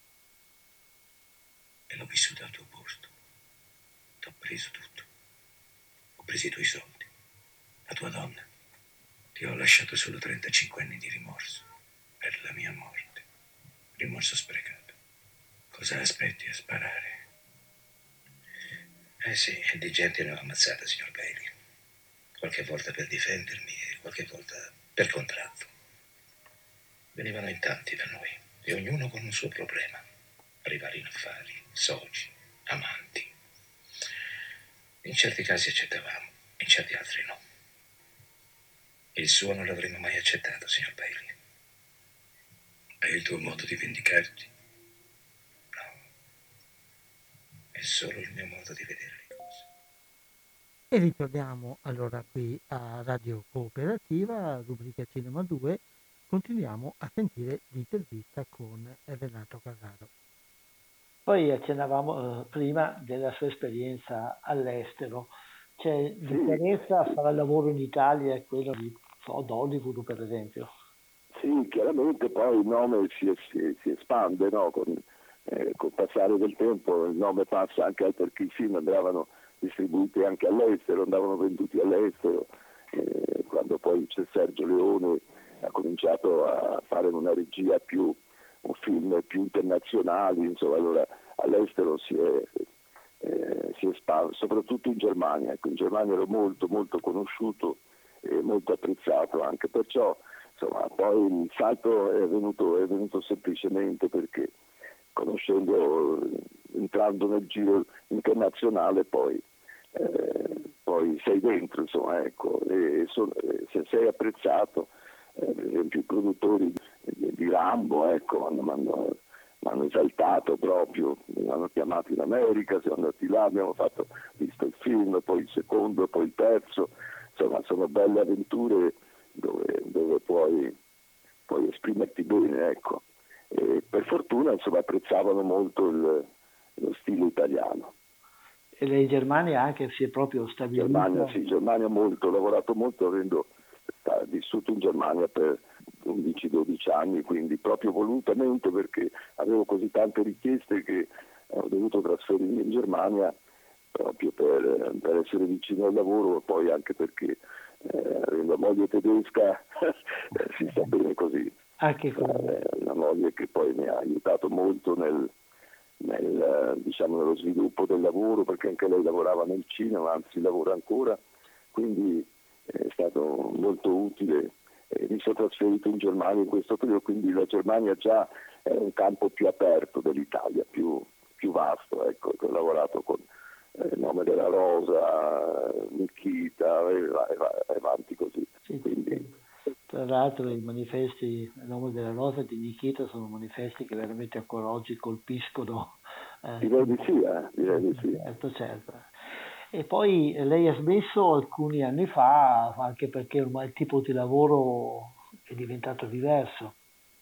E l'ho vissuto al tuo posto. T'ho preso tutto. Ho preso i tuoi soldi, la tua donna. Ti ho lasciato solo trentacinque anni di rimorso per la mia morte. Rimorso sprecato. Cosa aspetti a sparare? Eh sì, di gente ne ho ammazzata, signor Bailey. Qualche volta per difendermi e qualche volta per contratto. Venivano in tanti da noi, e ognuno con un suo problema. Rivali in affari, soci, amanti. In certi casi accettavamo, in certi altri no. Il suo non l'avremmo mai accettato, signor Bailey. È il tuo modo di vendicarti? No. È solo il mio modo di vedere le cose. E ritorniamo allora qui a Radio Cooperativa, rubrica Cinema due. Continuiamo a sentire l'intervista con Renato Casaro. Poi accennavamo eh, prima della sua esperienza all'estero. C'è differenza fra il lavoro in Italia e quello di so, ad Hollywood, per esempio? Sì, chiaramente poi il nome si, si, si espande, no? Con, eh, col passare del tempo il nome passa anche perché i film andavano distribuiti anche all'estero, andavano venduti all'estero. Eh, quando poi c'è Sergio Leone ha cominciato a fare una regia più, un film più internazionali, insomma, allora all'estero si è, eh, si è espanso, soprattutto in Germania. Ecco, in Germania ero molto molto conosciuto e molto apprezzato anche, perciò insomma, poi il salto è venuto, è venuto semplicemente perché conoscendo, entrando nel giro internazionale poi, eh, poi sei dentro, insomma, ecco, e so, se sei apprezzato, eh, per esempio i produttori di, di Rambo, ecco, mi hanno, hanno esaltato proprio, mi hanno chiamato in America, siamo andati là, abbiamo fatto, visto il film, poi il secondo, poi il terzo, insomma sono belle avventure dove, dove puoi, puoi esprimerti bene, ecco. E per fortuna insomma apprezzavano molto il, lo stile italiano. E lei in Germania anche si è proprio stabilito? Germania sì, Germania molto, ho lavorato molto avendo vissuto in Germania per undici dodici anni, quindi proprio volutamente perché avevo così tante richieste che ho dovuto trasferirmi in Germania proprio per, per essere vicino al lavoro e poi anche perché eh, avendo moglie tedesca si sta bene così. Anche eh, una moglie che poi mi ha aiutato molto nel, nel, diciamo, nello sviluppo del lavoro, perché anche lei lavorava nel cinema, anzi lavora ancora, quindi è stato molto utile. E mi sono trasferito in Germania in questo periodo, quindi la Germania già è un campo più aperto dell'Italia, più, più vasto, ecco. Ho lavorato con eh, Il nome della rosa, Nikita e, va, e, va, e avanti così. Sì, quindi, tra l'altro i manifesti Il nome della rosa di Nikita sono manifesti che veramente ancora oggi colpiscono. Eh, direi di sì, eh, direi di sì. Certo, certo. E poi lei ha smesso alcuni anni fa anche perché ormai il tipo di lavoro è diventato diverso.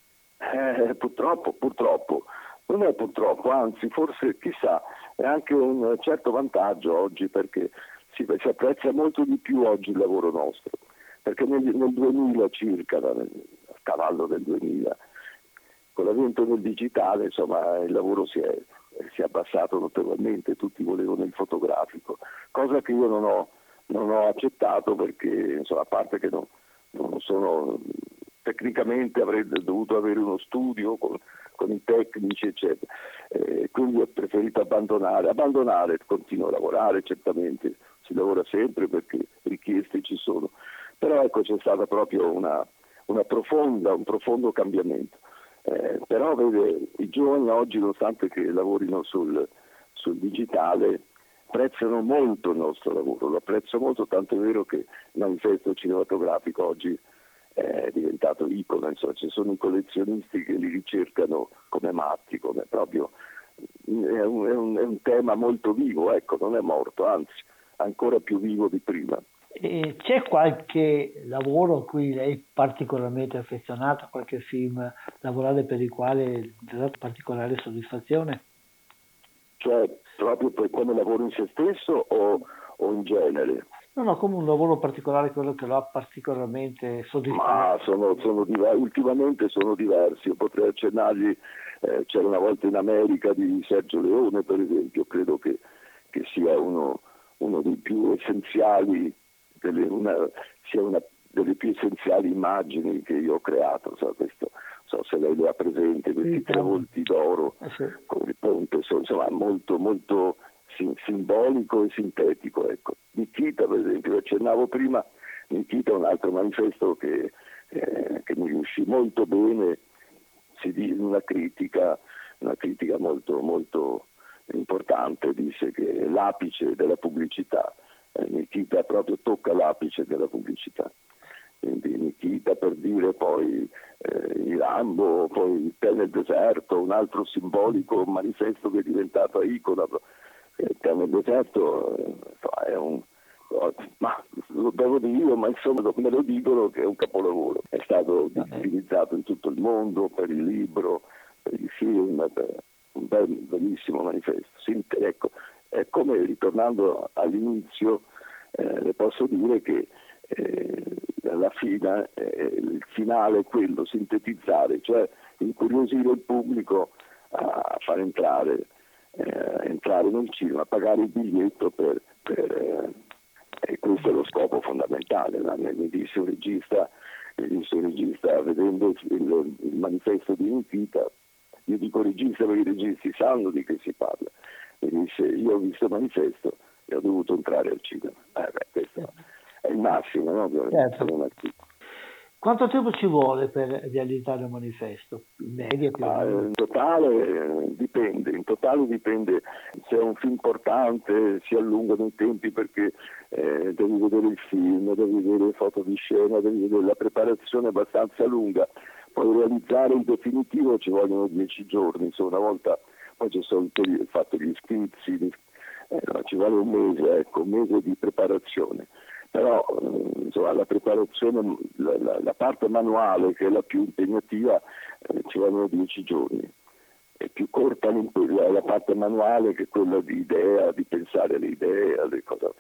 Eh, purtroppo, purtroppo. Non è purtroppo, anzi forse chissà, è anche un certo vantaggio oggi perché si, si apprezza molto di più oggi il lavoro nostro. Perché nel, nel duemila circa, nel, a cavallo del duemila, con l'avvento del digitale, insomma, il lavoro si è, si è abbassato notevolmente, tutti volevano il fotografico, cosa che io non ho, non ho accettato perché, insomma, a parte che non, non sono, tecnicamente avrei dovuto avere uno studio con, con i tecnici, eccetera, eh, quindi ho preferito abbandonare, abbandonare, continuo a lavorare, certamente, si lavora sempre perché richieste ci sono. Però ecco c'è stata proprio una, una profonda, un profondo cambiamento. Eh, però vede, i giovani oggi, nonostante che lavorino sul, sul digitale, apprezzano molto il nostro lavoro, lo apprezzo molto, tanto è vero che il manifesto cinematografico oggi è diventato icona, insomma ci sono i collezionisti che li ricercano come matti, come proprio è un, è un, è un tema molto vivo, ecco, non è morto, anzi ancora più vivo di prima. E c'è qualche lavoro a cui lei è particolarmente affezionato, qualche film lavorare per il quale ha dato particolare soddisfazione? Cioè proprio per come lavoro in se stesso o, o in genere? No, no, come un lavoro particolare, quello che lo ha particolarmente soddisfatto. Ma sono, sono diver- ultimamente sono diversi, io potrei accennargli, eh, c'era una volta in America di Sergio Leone per esempio, credo che, che sia uno, uno dei più essenziali Delle, una, sia una delle più essenziali immagini che io ho creato, so, questo, so se lei lo ha presente, questi sì, tre volti d'oro eh sì. con il ponte, so, insomma molto molto sim- simbolico e sintetico. Ecco. Nikita, per esempio, accennavo prima, Nikita è un altro manifesto che, eh, che mi riuscì molto bene, si dice una critica, una critica molto, molto importante, disse che è l'apice della pubblicità. Eh, Nikita proprio tocca l'apice della pubblicità. Quindi Nikita, per dire, poi eh, i Rambo, poi il tè nel deserto, un altro simbolico manifesto che è diventato icona. Il tè nel deserto eh, è un, ma lo devo dire io, ma insomma me lo dicono che è un capolavoro. È stato utilizzato in tutto il mondo per il libro, per i film, per un bel, bellissimo manifesto. Sì, ecco, è come, ritornando all'inizio, eh, le posso dire che eh, alla fine eh, il finale è quello, sintetizzare, cioè incuriosire il pubblico a far entrare, eh, entrare nel cinema, pagare il biglietto per, per eh, e questo è lo scopo fondamentale. No? Mi disse un regista, mi disse un regista vedendo il, il, il manifesto di Nikita, io dico regista perché i registi sanno di che si parla, mi disse io ho visto il manifesto e ho dovuto entrare al cinema. Eh, beh, questo è il massimo, no? Certo. Quanto tempo ci vuole per realizzare un manifesto? In media più o Ah, meno? in totale eh, dipende, in totale dipende. Se è un film importante si allungano i tempi perché eh, devi vedere il film, devi vedere le foto di scena, devi vedere la preparazione è abbastanza lunga. Poi realizzare il definitivo ci vogliono dieci giorni, insomma, una volta poi c'è solo il fatto gli schizzi, eh, no, ci vuole un mese, ecco, un mese di preparazione. Però insomma, la preparazione, la, la, la parte manuale che è la più impegnativa eh, ci vogliono dieci giorni, è più corta la, la parte manuale che quella di idea, di pensare alle idee, alle cose.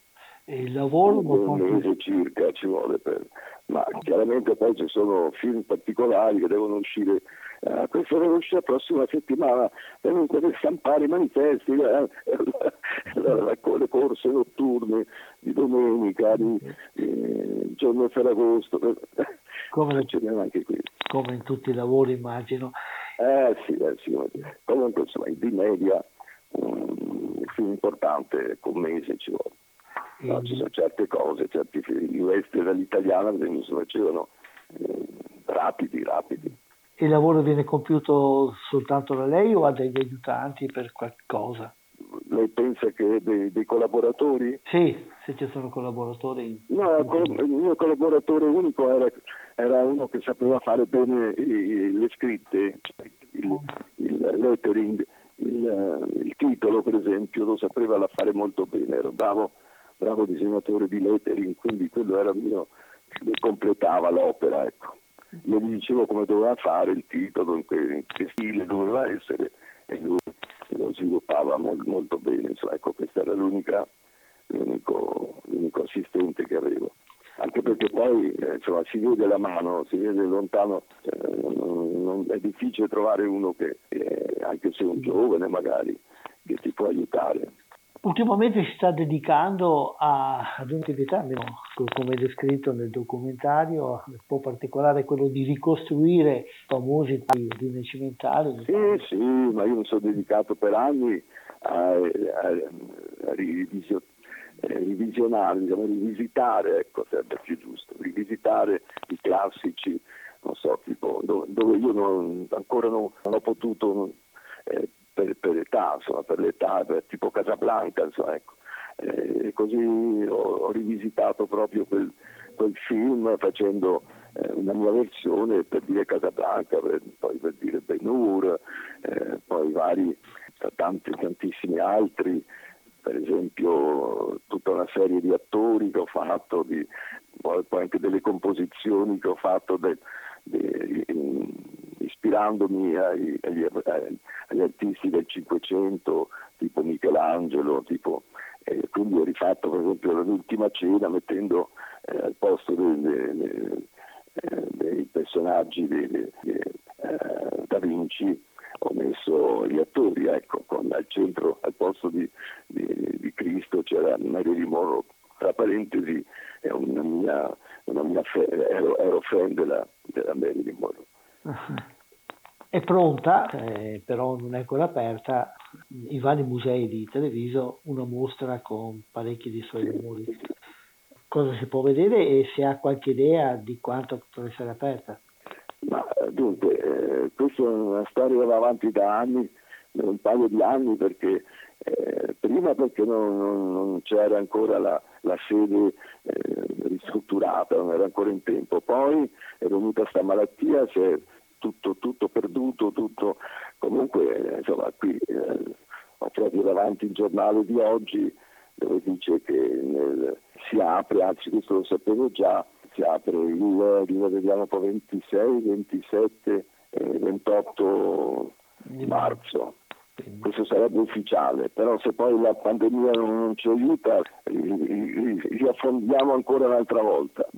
E il lavoro un mese circa ci vuole per, ma chiaramente poi ci sono film particolari che devono uscire, eh, questo deve uscire la prossima settimana, devono stampare i manifesti, eh, le corse notturne di domenica, di, eh, giorno di Ferragosto, come, ce n'è anche qui. Come in tutti i lavori immagino. Eh sì, eh, sì. Comunque insomma di media un film importante con un mese ci vuole. No, ci sono certe cose, certi film, western all'italiana che si facevano eh, rapidi, rapidi. Il lavoro viene compiuto soltanto da lei o ha degli aiutanti per qualcosa? Lei pensa che dei, dei collaboratori? Sì, se ci sono collaboratori. No, il mio collaboratore unico era, era uno che sapeva fare bene i, i, le scritte, il, il lettering, il, il titolo per esempio lo sapeva fare molto bene, era bravo. bravo disegnatore di lettering, quindi quello era il mio, che completava l'opera, ecco. Io gli dicevo come doveva fare il titolo, in che, in che stile doveva essere, e lui lo sviluppava mol, molto bene, insomma, ecco, questo era l'unica, l'unico, l'unico assistente che avevo. Anche perché poi eh, insomma, si vede la mano, si vede lontano, eh, non, non, è difficile trovare uno che, eh, anche se un giovane magari, che ti può aiutare. Ultimamente si sta dedicando a, ad un'attività, come descritto nel documentario, un po' particolare, quello di ricostruire famosi rinascimentali. Sì, sì, ma io mi sono dedicato per anni a, a, a rivisio, eh, rivisionare, diciamo, rivisitare, ecco, sarebbe più giusto, rivisitare i classici, non so, tipo, dove, dove io non, ancora non, non ho potuto... Eh, Per, per età, insomma, per l'età, per, tipo Casablanca, insomma, ecco. E così ho, ho rivisitato proprio quel, quel film facendo eh, una mia versione per dire Casablanca, per, poi per dire Ben-Hur, eh, poi vari, tanti, tantissimi altri, per esempio tutta una serie di attori che ho fatto, di, poi, poi anche delle composizioni che ho fatto de, de, in, ispirandomi ai, agli, agli artisti del Cinquecento, tipo Michelangelo, tipo, eh, quindi ho rifatto per esempio l'ultima cena mettendo eh, al posto dei, dei, dei personaggi di, di, di eh, Da Vinci, ho messo gli attori, ecco, con al centro, al posto di, di, di Cristo c'era Marilyn Monroe, tra parentesi è una mia, una mia fe- ero, ero fan della, della Marilyn Monroe. è pronta, eh, però non è ancora aperta, in vari musei di Treviso, una mostra con parecchi dei suoi lavori. Cosa si può vedere e se ha qualche idea di quanto potrà essere aperta? Ma dunque, eh, questa è una storia che va avanti da anni, da un paio di anni, perché eh, prima perché non, non- non c'era ancora la, la sede eh, ristrutturata, non era ancora in tempo. Poi è venuta sta malattia, si è tutto, tutto perduto, tutto. Comunque, eh, insomma, qui eh, ho proprio davanti il giornale di oggi dove dice che nel- si apre, anzi questo lo sapevo già, si apre il, il vediamo un po', ventisei, ventisette e ventotto marzo. Questo sarebbe ufficiale, però se poi la pandemia non, non ci aiuta, li, li- li affondiamo ancora un'altra volta.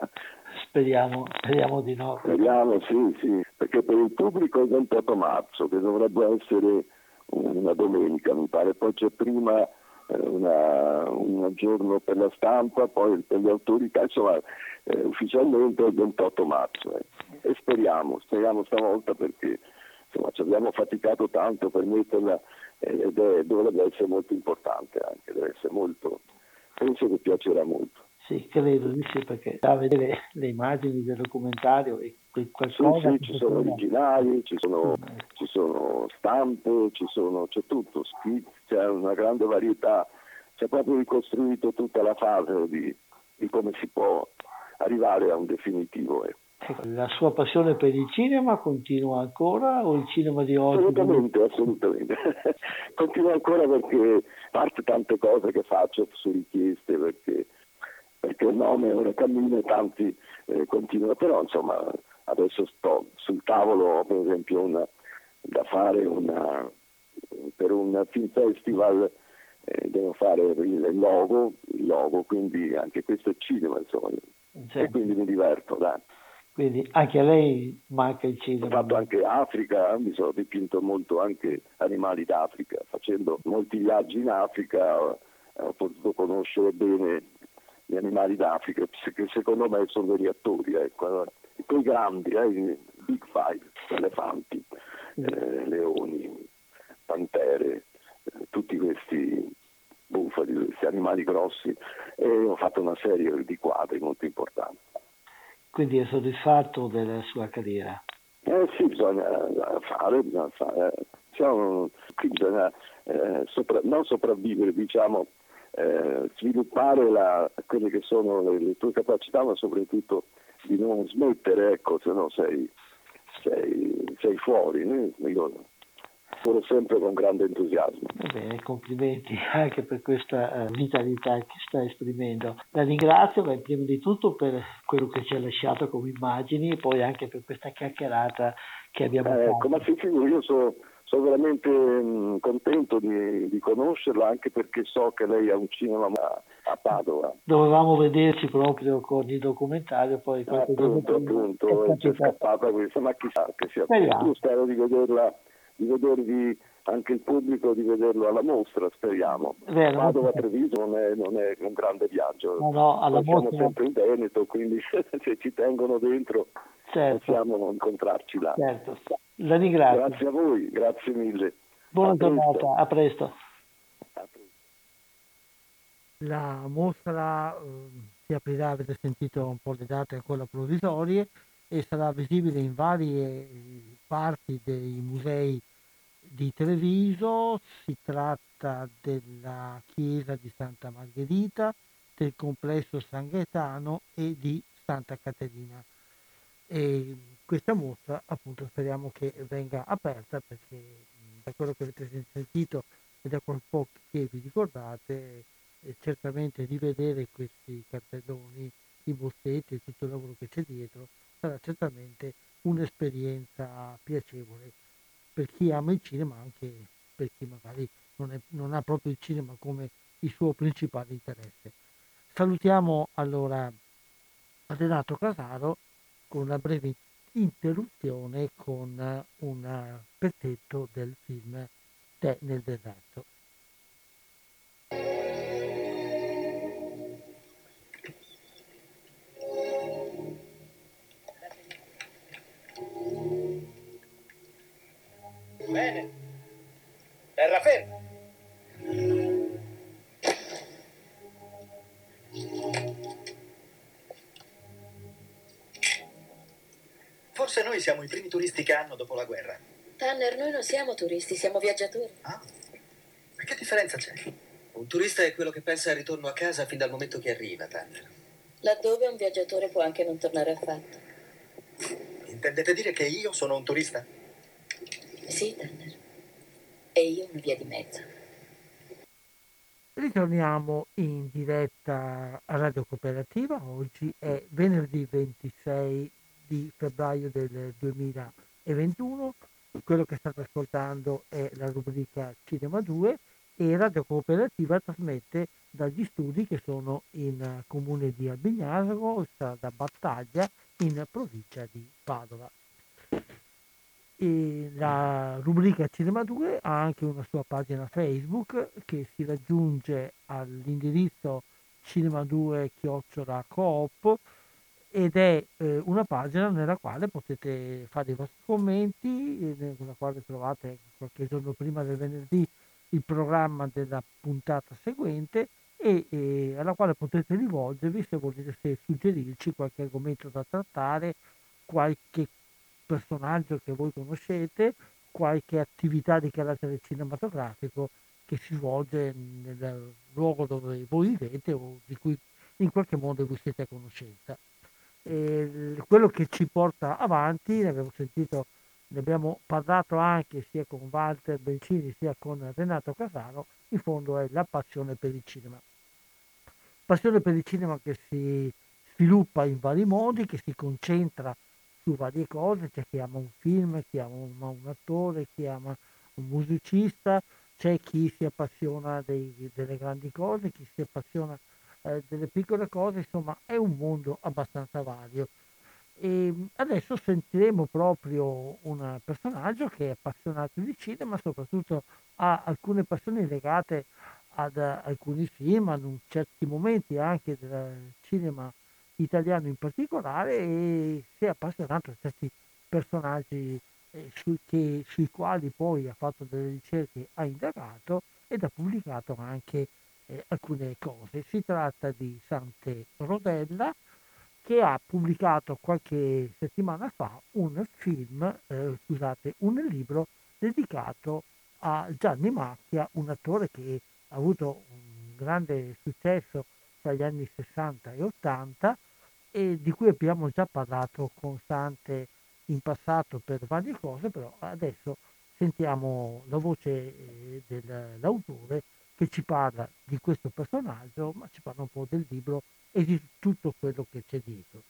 Speriamo, speriamo di no. Speriamo, sì, sì, perché per il pubblico è il ventotto marzo, che dovrebbe essere una domenica, mi pare, poi c'è prima eh, una- un giorno per la stampa, poi per le autorità, insomma, eh, ufficialmente è il ventotto marzo. eh. E speriamo, speriamo stavolta perché insomma ci abbiamo faticato tanto per metterla eh, ed è, dovrebbe essere molto importante anche, deve essere molto, penso che piacerà molto. Sì, credo di sì, perché da vedere le immagini del documentario e quel Sì, qualcosa sì, che ci si sono trova- originali, ci sono, Sì. ci sono stampe, ci sono, c'è tutto, skit, c'è una grande varietà, c'è proprio ricostruito tutta la fase di, di come si può arrivare a un definitivo. eh. Ecco, la sua passione per il cinema continua ancora o il cinema di oggi? Assolutamente, assolutamente. Continuo ancora perché a parte tante cose che faccio su richieste, perché, perché il nome ora cammina e tanti eh, continuano, però insomma adesso sto sul tavolo, ho per esempio una, da fare una, per un film festival, eh, devo fare il logo, il logo, quindi anche questo è cinema, insomma, Certo. e quindi mi diverto, dai. Quindi anche a lei manca il Ho cinema. fatto anche Africa, mi sono dipinto molto anche animali d'Africa, facendo molti viaggi in Africa eh, ho potuto conoscere bene gli animali d'Africa, che secondo me sono degli attori, ecco, quei grandi, eh, i Big Five, elefanti, eh, leoni, pantere, eh, tutti questi bufali, questi animali grossi, e ho fatto una serie di quadri molto importanti. Quindi è soddisfatto della sua carriera? Eh sì, bisogna fare, bisogna fare. Diciamo, qui bisogna eh, sopra, non sopravvivere, diciamo, eh, sviluppare la, quelle che sono le, le tue capacità, ma soprattutto di non smettere, ecco, se no sei, sei, sei fuori. eh. Io lavoro sempre con grande entusiasmo. Va bene, complimenti anche per questa eh, vitalità che sta esprimendo. La ringrazio, beh, prima di tutto per quello che ci ha lasciato come immagini e poi anche per questa chiacchierata che abbiamo Eh, ecco, fatto. ma sì, sì, io sono sono veramente mh, contento di, di conoscerla, anche perché so che lei ha un cinema a, a Padova. Dovevamo vederci proprio con il documentario, poi qualche giorno Appunto, prima appunto, è c'è capitato. scappata questa, ma chissà che sia. Speriamo. Io spero di vederla, di vedervi anche il pubblico, di vederlo alla mostra, speriamo. Vero, Padova molto- Treviso non è, non è un grande viaggio. No, no, alla Poi siamo mostra- sempre in Veneto, quindi se ci tengono dentro Certo, possiamo incontrarci là. certo. La ringrazio. Grazie a voi, grazie mille. Buona A presto. giornata, a presto. A presto. La mostra eh, si aprirà, avete sentito un po' le date ancora provvisorie, e sarà visibile in varie eh, parti dei musei di Treviso. Si tratta della chiesa di Santa Margherita, del complesso San Gaetano e di Santa Caterina. E questa mostra appunto speriamo che venga aperta, perché mh, da quello che avete sentito e da quel po' che vi ricordate, eh, certamente rivedere questi cartelloni, i bozzetti e tutto il lavoro che c'è dietro sarà certamente un'esperienza piacevole per chi ama il cinema, anche per chi magari non, è- non ha proprio il cinema come il suo principale interesse. Salutiamo allora Renato Casaro con una breve interruzione con eh, un eh, pezzetto del film Te nel deserto. Forse noi siamo i primi turisti che hanno dopo la guerra. Tanner, noi non siamo turisti, siamo viaggiatori. Ah, ma che differenza c'è? Un turista è quello che pensa al ritorno a casa fin dal momento che arriva, Tanner. Laddove un viaggiatore può anche non tornare affatto. Intendete dire che io sono un turista? Sì, Tanner. E io una via di mezzo. Ritorniamo in diretta a Radio Cooperativa. Oggi è venerdì ventisei di febbraio del duemilaventuno. Quello che state ascoltando è la rubrica Cinema due e Radio Cooperativa trasmette dagli studi che sono in comune di Albignasco, strada Battaglia, in provincia di Padova. E la rubrica Cinema due ha anche una sua pagina Facebook che si raggiunge all'indirizzo cinema due chiocciola coop ed è eh, una pagina nella quale potete fare i vostri commenti, nella quale trovate qualche giorno prima del venerdì il programma della puntata seguente e eh, alla quale potete rivolgervi se volete, se suggerirci qualche argomento da trattare, qualche personaggio che voi conoscete, qualche attività di carattere cinematografico che si svolge nel luogo dove voi vivete o di cui in qualche modo vi siete a conoscenza. E quello che ci porta avanti, ne abbiamo sentito, ne abbiamo parlato anche sia con Walter Bencini sia con Renato Casaro, in fondo è la passione per il cinema. Passione per il cinema che si sviluppa in vari modi, che si concentra su varie cose. C'è chi ama un film, chi ama un, un attore, chi ama un musicista, c'è chi si appassiona dei, delle grandi cose, chi si appassiona eh, delle piccole cose, insomma è un mondo abbastanza vario. E adesso sentiremo proprio un personaggio che è appassionato di cinema, soprattutto ha alcune passioni legate ad uh, alcuni film, ad un certi momenti anche del cinema italiano in particolare, e si è appassionato a certi personaggi eh, su, che, sui quali poi ha fatto delle ricerche, ha indagato ed ha pubblicato anche eh, alcune cose. Si tratta di Sante Rodella, che ha pubblicato qualche settimana fa un film, eh, scusate, un libro dedicato a Gianni Macchia, un attore che ha avuto un grande successo tra gli anni sessanta e ottanta e di cui abbiamo già parlato con Sante in passato per varie cose, però adesso sentiamo la voce eh, dell'autore che ci parla di questo personaggio, ma ci parla un po' del libro e di tutto quello che c'è dietro.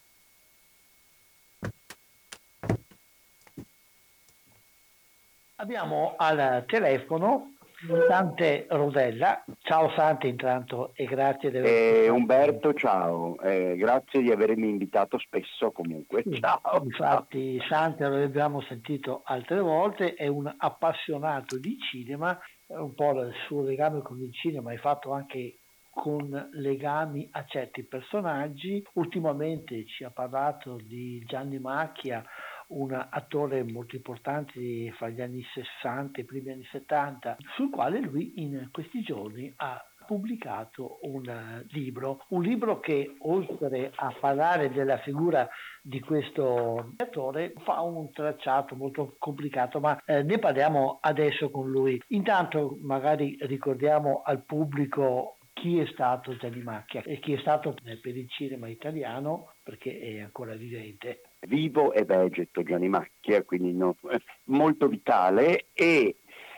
Abbiamo al telefono Sante Rodella. Ciao Sante intanto e grazie di aver... Eh, Umberto, ciao, eh, grazie di avermi invitato spesso comunque, sì, ciao. Infatti ciao. Sante, lo abbiamo sentito altre volte, è un appassionato di cinema, un po' il suo legame con il cinema è fatto anche con legami a certi personaggi. Ultimamente ci ha parlato di Gianni Macchia, un attore molto importante fra gli anni sessanta e i primi anni settanta, sul quale lui in questi giorni ha pubblicato un libro, un libro che oltre a parlare della figura di questo attore fa un tracciato molto complicato, ma eh, ne parliamo adesso con lui. Intanto magari ricordiamo al pubblico chi è stato Gianni Macchia e chi è stato per il cinema italiano, perché è ancora vivente. Vivo e vegeto Gianni Macchia, quindi no, molto vitale, e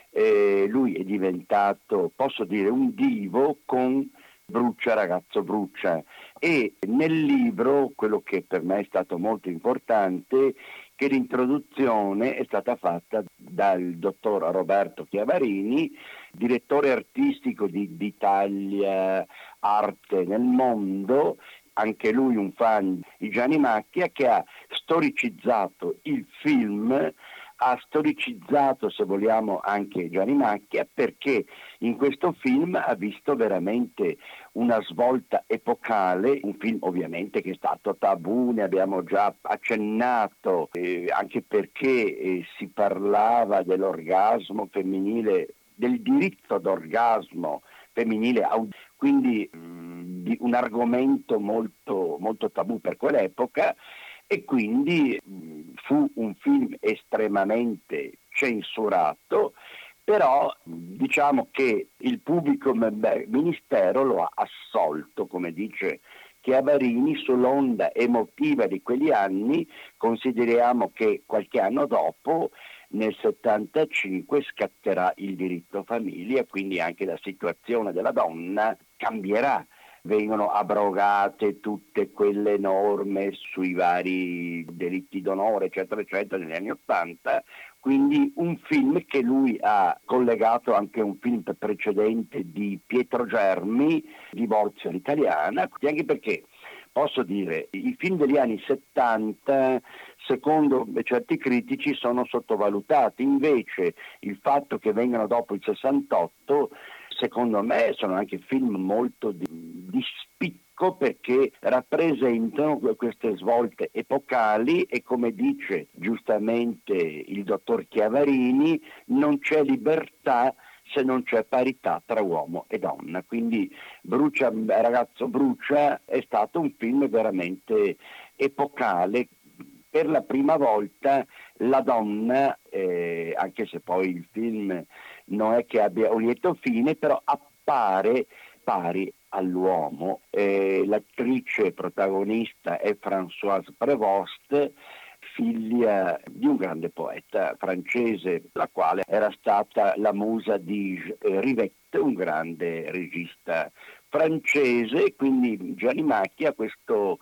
eh, lui è diventato, posso dire, un divo con Brucia, ragazzo Brucia, e nel libro quello che per me è stato molto importante che l'introduzione è stata fatta dal dottor Roberto Chiavarini, direttore artistico di d'Italia Arte nel Mondo, anche lui un fan di Gianni Macchia, che ha storicizzato il film, ha storicizzato, se vogliamo, anche Gianni Macchia, perché in questo film ha visto veramente una svolta epocale, un film ovviamente che è stato tabù, ne abbiamo già accennato, eh, anche perché eh, si parlava dell'orgasmo femminile, del diritto d'orgasmo femminile, quindi mh, di un argomento molto, molto tabù per quell'epoca, e quindi mh, fu un film estremamente censurato, però diciamo che il pubblico ministero lo ha assolto, come dice Chiavarini, sull'onda emotiva di quegli anni. Consideriamo che qualche anno dopo, nel settantacinque, scatterà il diritto famiglia, quindi anche la situazione della donna cambierà. Vengono abrogate tutte quelle norme sui vari delitti d'onore, eccetera, eccetera, negli anni Ottanta. Quindi un film che lui ha collegato anche a un film precedente di Pietro Germi, Divorzio all'italiana, anche perché posso dire, i film degli anni settanta, secondo certi critici, sono sottovalutati. Invece il fatto che vengano dopo il sessantotto, secondo me, sono anche film molto di, di spicco, perché rappresentano queste svolte epocali e, come dice giustamente il dottor Chiavarini, non c'è libertà se non c'è parità tra uomo e donna. Quindi Brucia, Ragazzo Brucia è stato un film veramente epocale. Per la prima volta la donna, eh, anche se poi il film non è che abbia un lieto fine, però appare pari all'uomo. Eh, l'attrice protagonista è Françoise Prévost, figlia di un grande poeta francese, la quale era stata la musa di Rivette, un grande regista francese. Quindi Gianni Macchia ha questo,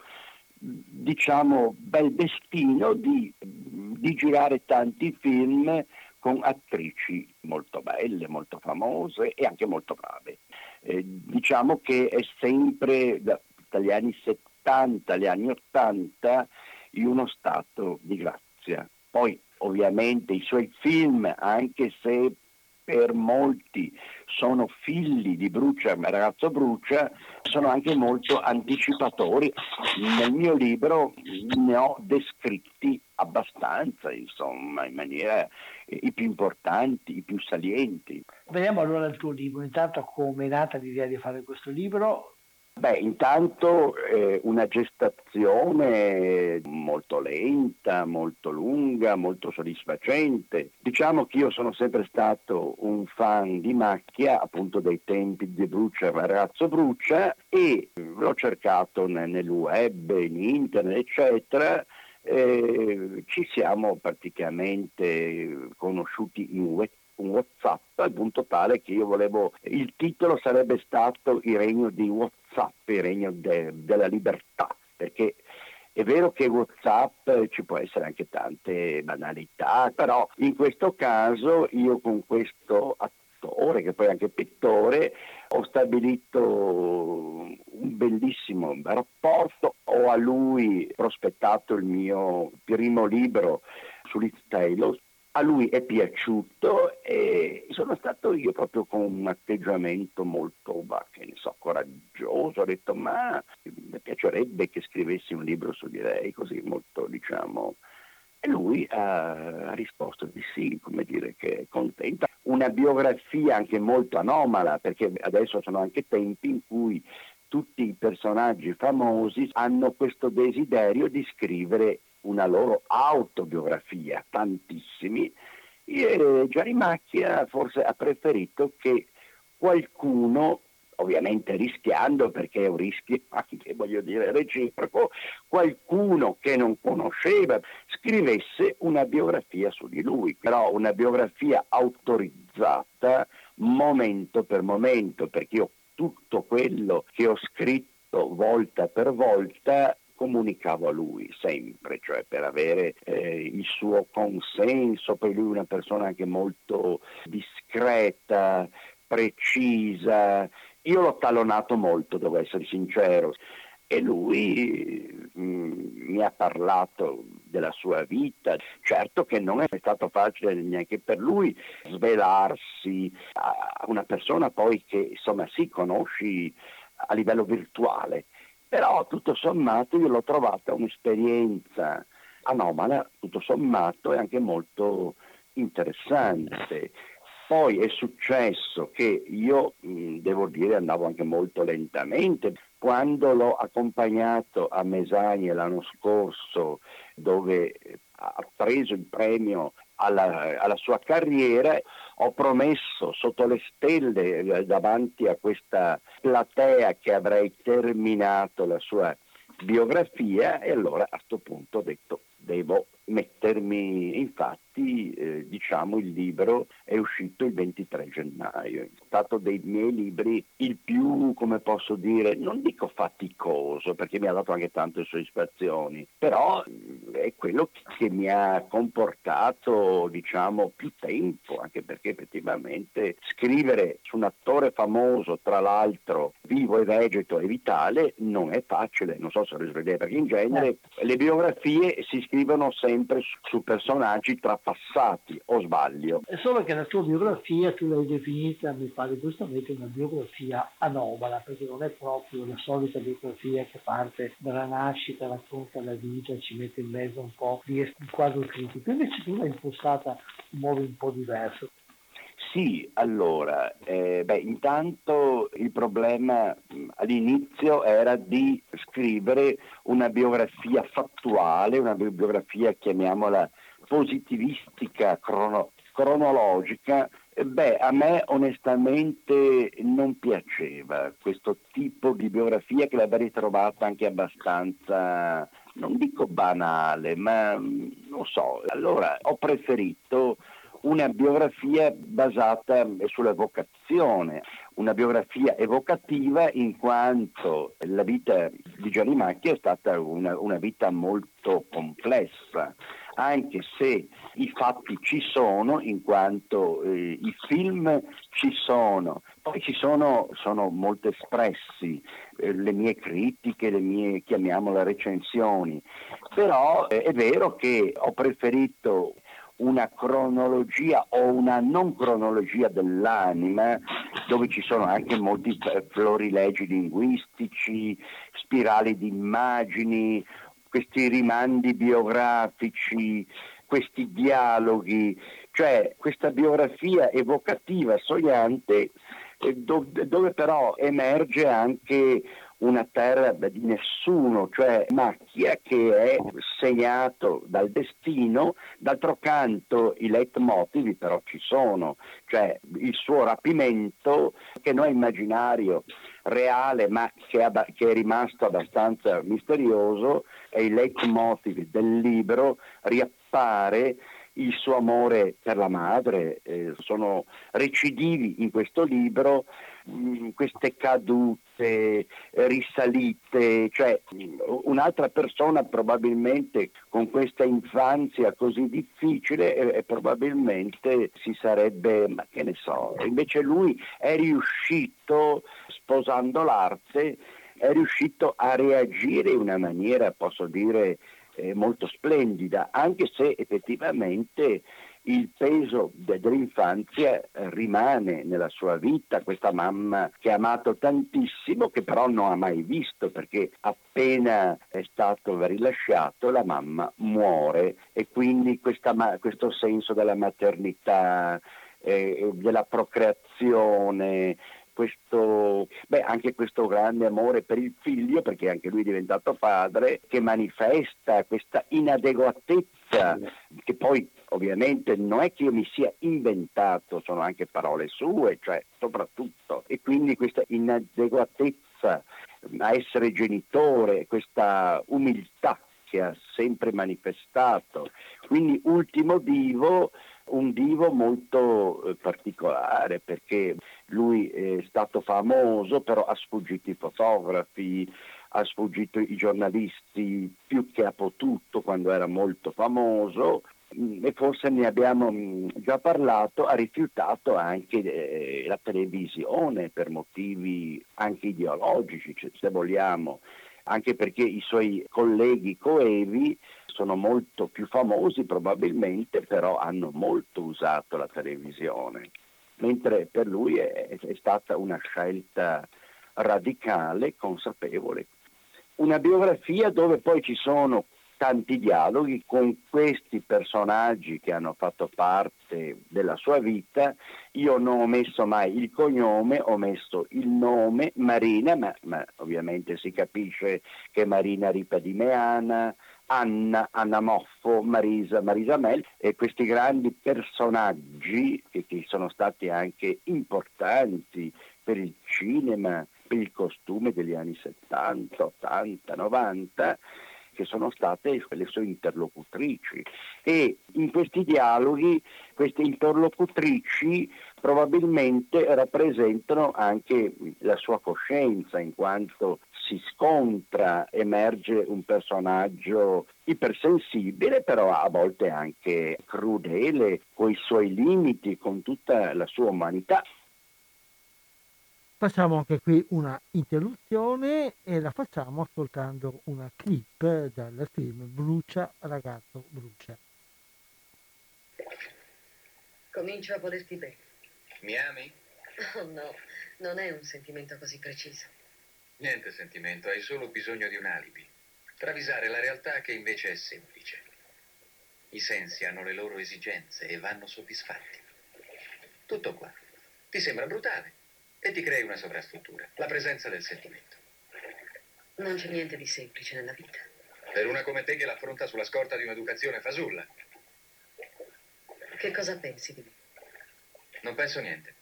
diciamo, bel destino di, di girare tanti film con attrici molto belle, molto famose e anche molto brave. Eh, diciamo che è sempre da, dagli anni settanta agli anni ottanta in uno stato di grazia. Poi ovviamente i suoi film, anche se per molti sono figli di Brucia, Ragazzo Brucia, sono anche molto anticipatori. Nel mio libro ne ho descritti abbastanza, insomma, in maniera eh, i più importanti, i più salienti. Vediamo allora il tuo libro. Intanto, come è nata l'idea di fare questo libro? Beh, intanto eh, una gestazione molto lenta, molto lunga, molto soddisfacente. Diciamo che io sono sempre stato un fan di Macchia, appunto dei tempi di Brucia, Ragazzo Brucia, e l'ho cercato nel, nel web, in internet, eccetera. Eh, ci siamo praticamente conosciuti in web. Un WhatsApp, al punto tale che io volevo, il titolo sarebbe stato Il regno di WhatsApp, il regno de, della libertà, perché è vero che WhatsApp ci può essere anche tante banalità, però in questo caso io con questo attore, che poi è anche pittore, ho stabilito un bellissimo rapporto. Ho a lui prospettato il mio primo libro su Liz Taylor. A lui è piaciuto e sono stato io proprio con un atteggiamento molto, bah, che ne so, coraggioso. Ho detto, ma mi piacerebbe che scrivessi un libro su di lei, così molto, diciamo. E lui ha risposto di sì, come dire che è contenta. Una biografia anche molto anomala, perché adesso sono anche tempi in cui tutti i personaggi famosi hanno questo desiderio di scrivere una loro autobiografia, tantissimi. E Gianni Macchia forse ha preferito che qualcuno, ovviamente rischiando, perché è un rischio anche, voglio dire, reciproco, qualcuno che non conosceva scrivesse una biografia su di lui, però una biografia autorizzata momento per momento, perché io tutto quello che ho scritto volta per volta comunicavo a lui sempre, cioè per avere eh, il suo consenso. Per lui una persona anche molto discreta, precisa. Io l'ho tallonato molto, devo essere sincero, e lui mh, mi ha parlato della sua vita. Certo che non è stato facile neanche per lui svelarsi a una persona poi che insomma si conosci a livello virtuale. Però tutto sommato io l'ho trovata un'esperienza anomala, tutto sommato, e anche molto interessante. Poi è successo che io, mh, devo dire, andavo anche molto lentamente. Quando l'ho accompagnato a Mesagne l'anno scorso, dove ha preso il premio alla, alla sua carriera, ho promesso sotto le stelle davanti a questa platea che avrei terminato la sua biografia, e allora a sto punto ho detto devo mettermi, infatti eh, diciamo il libro è uscito il ventitré gennaio, è stato dei miei libri il più, come posso dire, non dico faticoso perché mi ha dato anche tante soddisfazioni, però è quello che mi ha comportato diciamo più tempo, anche perché effettivamente scrivere su un attore famoso, tra l'altro vivo e vegeto e vitale, non è facile, non so se lo vedete, perché in genere le biografie si scrivono sempre su personaggi trapassati, o sbaglio? È solo che la tua biografia tu l'hai definita, mi pare giustamente, una biografia anomala, perché non è proprio la solita biografia che parte dalla nascita, racconta la vita, ci mette in mezzo un po' di quadro critico, invece tu l'hai impostata in modo un po' diverso. Sì, allora, eh, beh, intanto il problema mh, all'inizio era di scrivere una biografia fattuale, una biografia, chiamiamola positivistica, crono- cronologica. Eh, Beh, a me onestamente non piaceva questo tipo di biografia, che l'avrei trovata anche abbastanza, non dico banale, ma mh, non so. Allora ho preferito una biografia basata sulla vocazione, una biografia evocativa, in quanto la vita di Gianni Macchia è stata una, una vita molto complessa, anche se i fatti ci sono, in quanto eh, i film ci sono, poi ci sono, sono molto espressi, eh, le mie critiche, le mie, chiamiamole, recensioni, però eh, è vero che ho preferito una cronologia o una non cronologia dell'anima, dove ci sono anche molti florilegi linguistici, spirali di immagini, questi rimandi biografici, questi dialoghi, cioè questa biografia evocativa, sognante, dove, dove però emerge anche una terra di nessuno, cioè Macchia, che è segnato dal destino. D'altro canto i leitmotiv però ci sono, cioè il suo rapimento, che non è immaginario, reale, ma che è, che è rimasto abbastanza misterioso, e il leitmotiv del libro riappare il suo amore per la madre, eh, sono recidivi in questo libro mh, queste cadute, risalite, cioè un'altra persona probabilmente con questa infanzia così difficile e, e probabilmente si sarebbe, ma che ne so, invece lui è riuscito, sposando l'arte, è riuscito a reagire in una maniera, posso dire, eh, molto splendida, anche se effettivamente il peso de- dell'infanzia rimane nella sua vita, questa mamma che ha amato tantissimo, che però non ha mai visto, perché appena è stato rilasciato la mamma muore, e quindi questa ma- questo senso della maternità, eh, della procreazione, questo, beh, anche questo grande amore per il figlio, perché anche lui è diventato padre, che manifesta questa inadeguatezza, che poi ovviamente non è che io mi sia inventato, sono anche parole sue, cioè soprattutto, e quindi questa inadeguatezza a essere genitore, questa umiltà che ha sempre manifestato. Quindi ultimo divo, un divo molto eh, particolare, perché lui è stato famoso, però ha sfuggito i fotografi, ha sfuggito i giornalisti più che ha potuto quando era molto famoso, e forse ne abbiamo già parlato, ha rifiutato anche eh, la televisione per motivi anche ideologici, se vogliamo, anche perché i suoi colleghi coevi sono molto più famosi probabilmente, però hanno molto usato la televisione, mentre per lui è, è stata una scelta radicale, consapevole. Una biografia dove poi ci sono tanti dialoghi con questi personaggi che hanno fatto parte della sua vita. Io non ho messo mai il cognome, ho messo il nome Marina, ma, ma ovviamente si capisce che Marina Ripa di Meana, Anna, Anna Moffo, Marisa, Marisa Mel, e questi grandi personaggi che, che sono stati anche importanti per il cinema, per il costume degli anni settanta, ottanta, novanta, che sono state le sue interlocutrici. E in questi dialoghi queste interlocutrici probabilmente rappresentano anche la sua coscienza, in quanto si scontra, emerge un personaggio ipersensibile, però a volte anche crudele, con i suoi limiti, con tutta la sua umanità. Facciamo anche qui una interruzione e la facciamo ascoltando una clip dal film Brucia, ragazzo, brucia. Comincio a volerti bene. Mi ami? Oh no, non è un sentimento così preciso. Niente sentimento, hai solo bisogno di un alibi. Travisare la realtà che invece è semplice. I sensi hanno le loro esigenze e vanno soddisfatti. Tutto qua. Ti sembra brutale? E ti crei una sovrastruttura, la presenza del sentimento. Non c'è niente di semplice nella vita. Per una come te che l'affronta sulla scorta di un'educazione fasulla. Che cosa pensi di me? Non penso niente.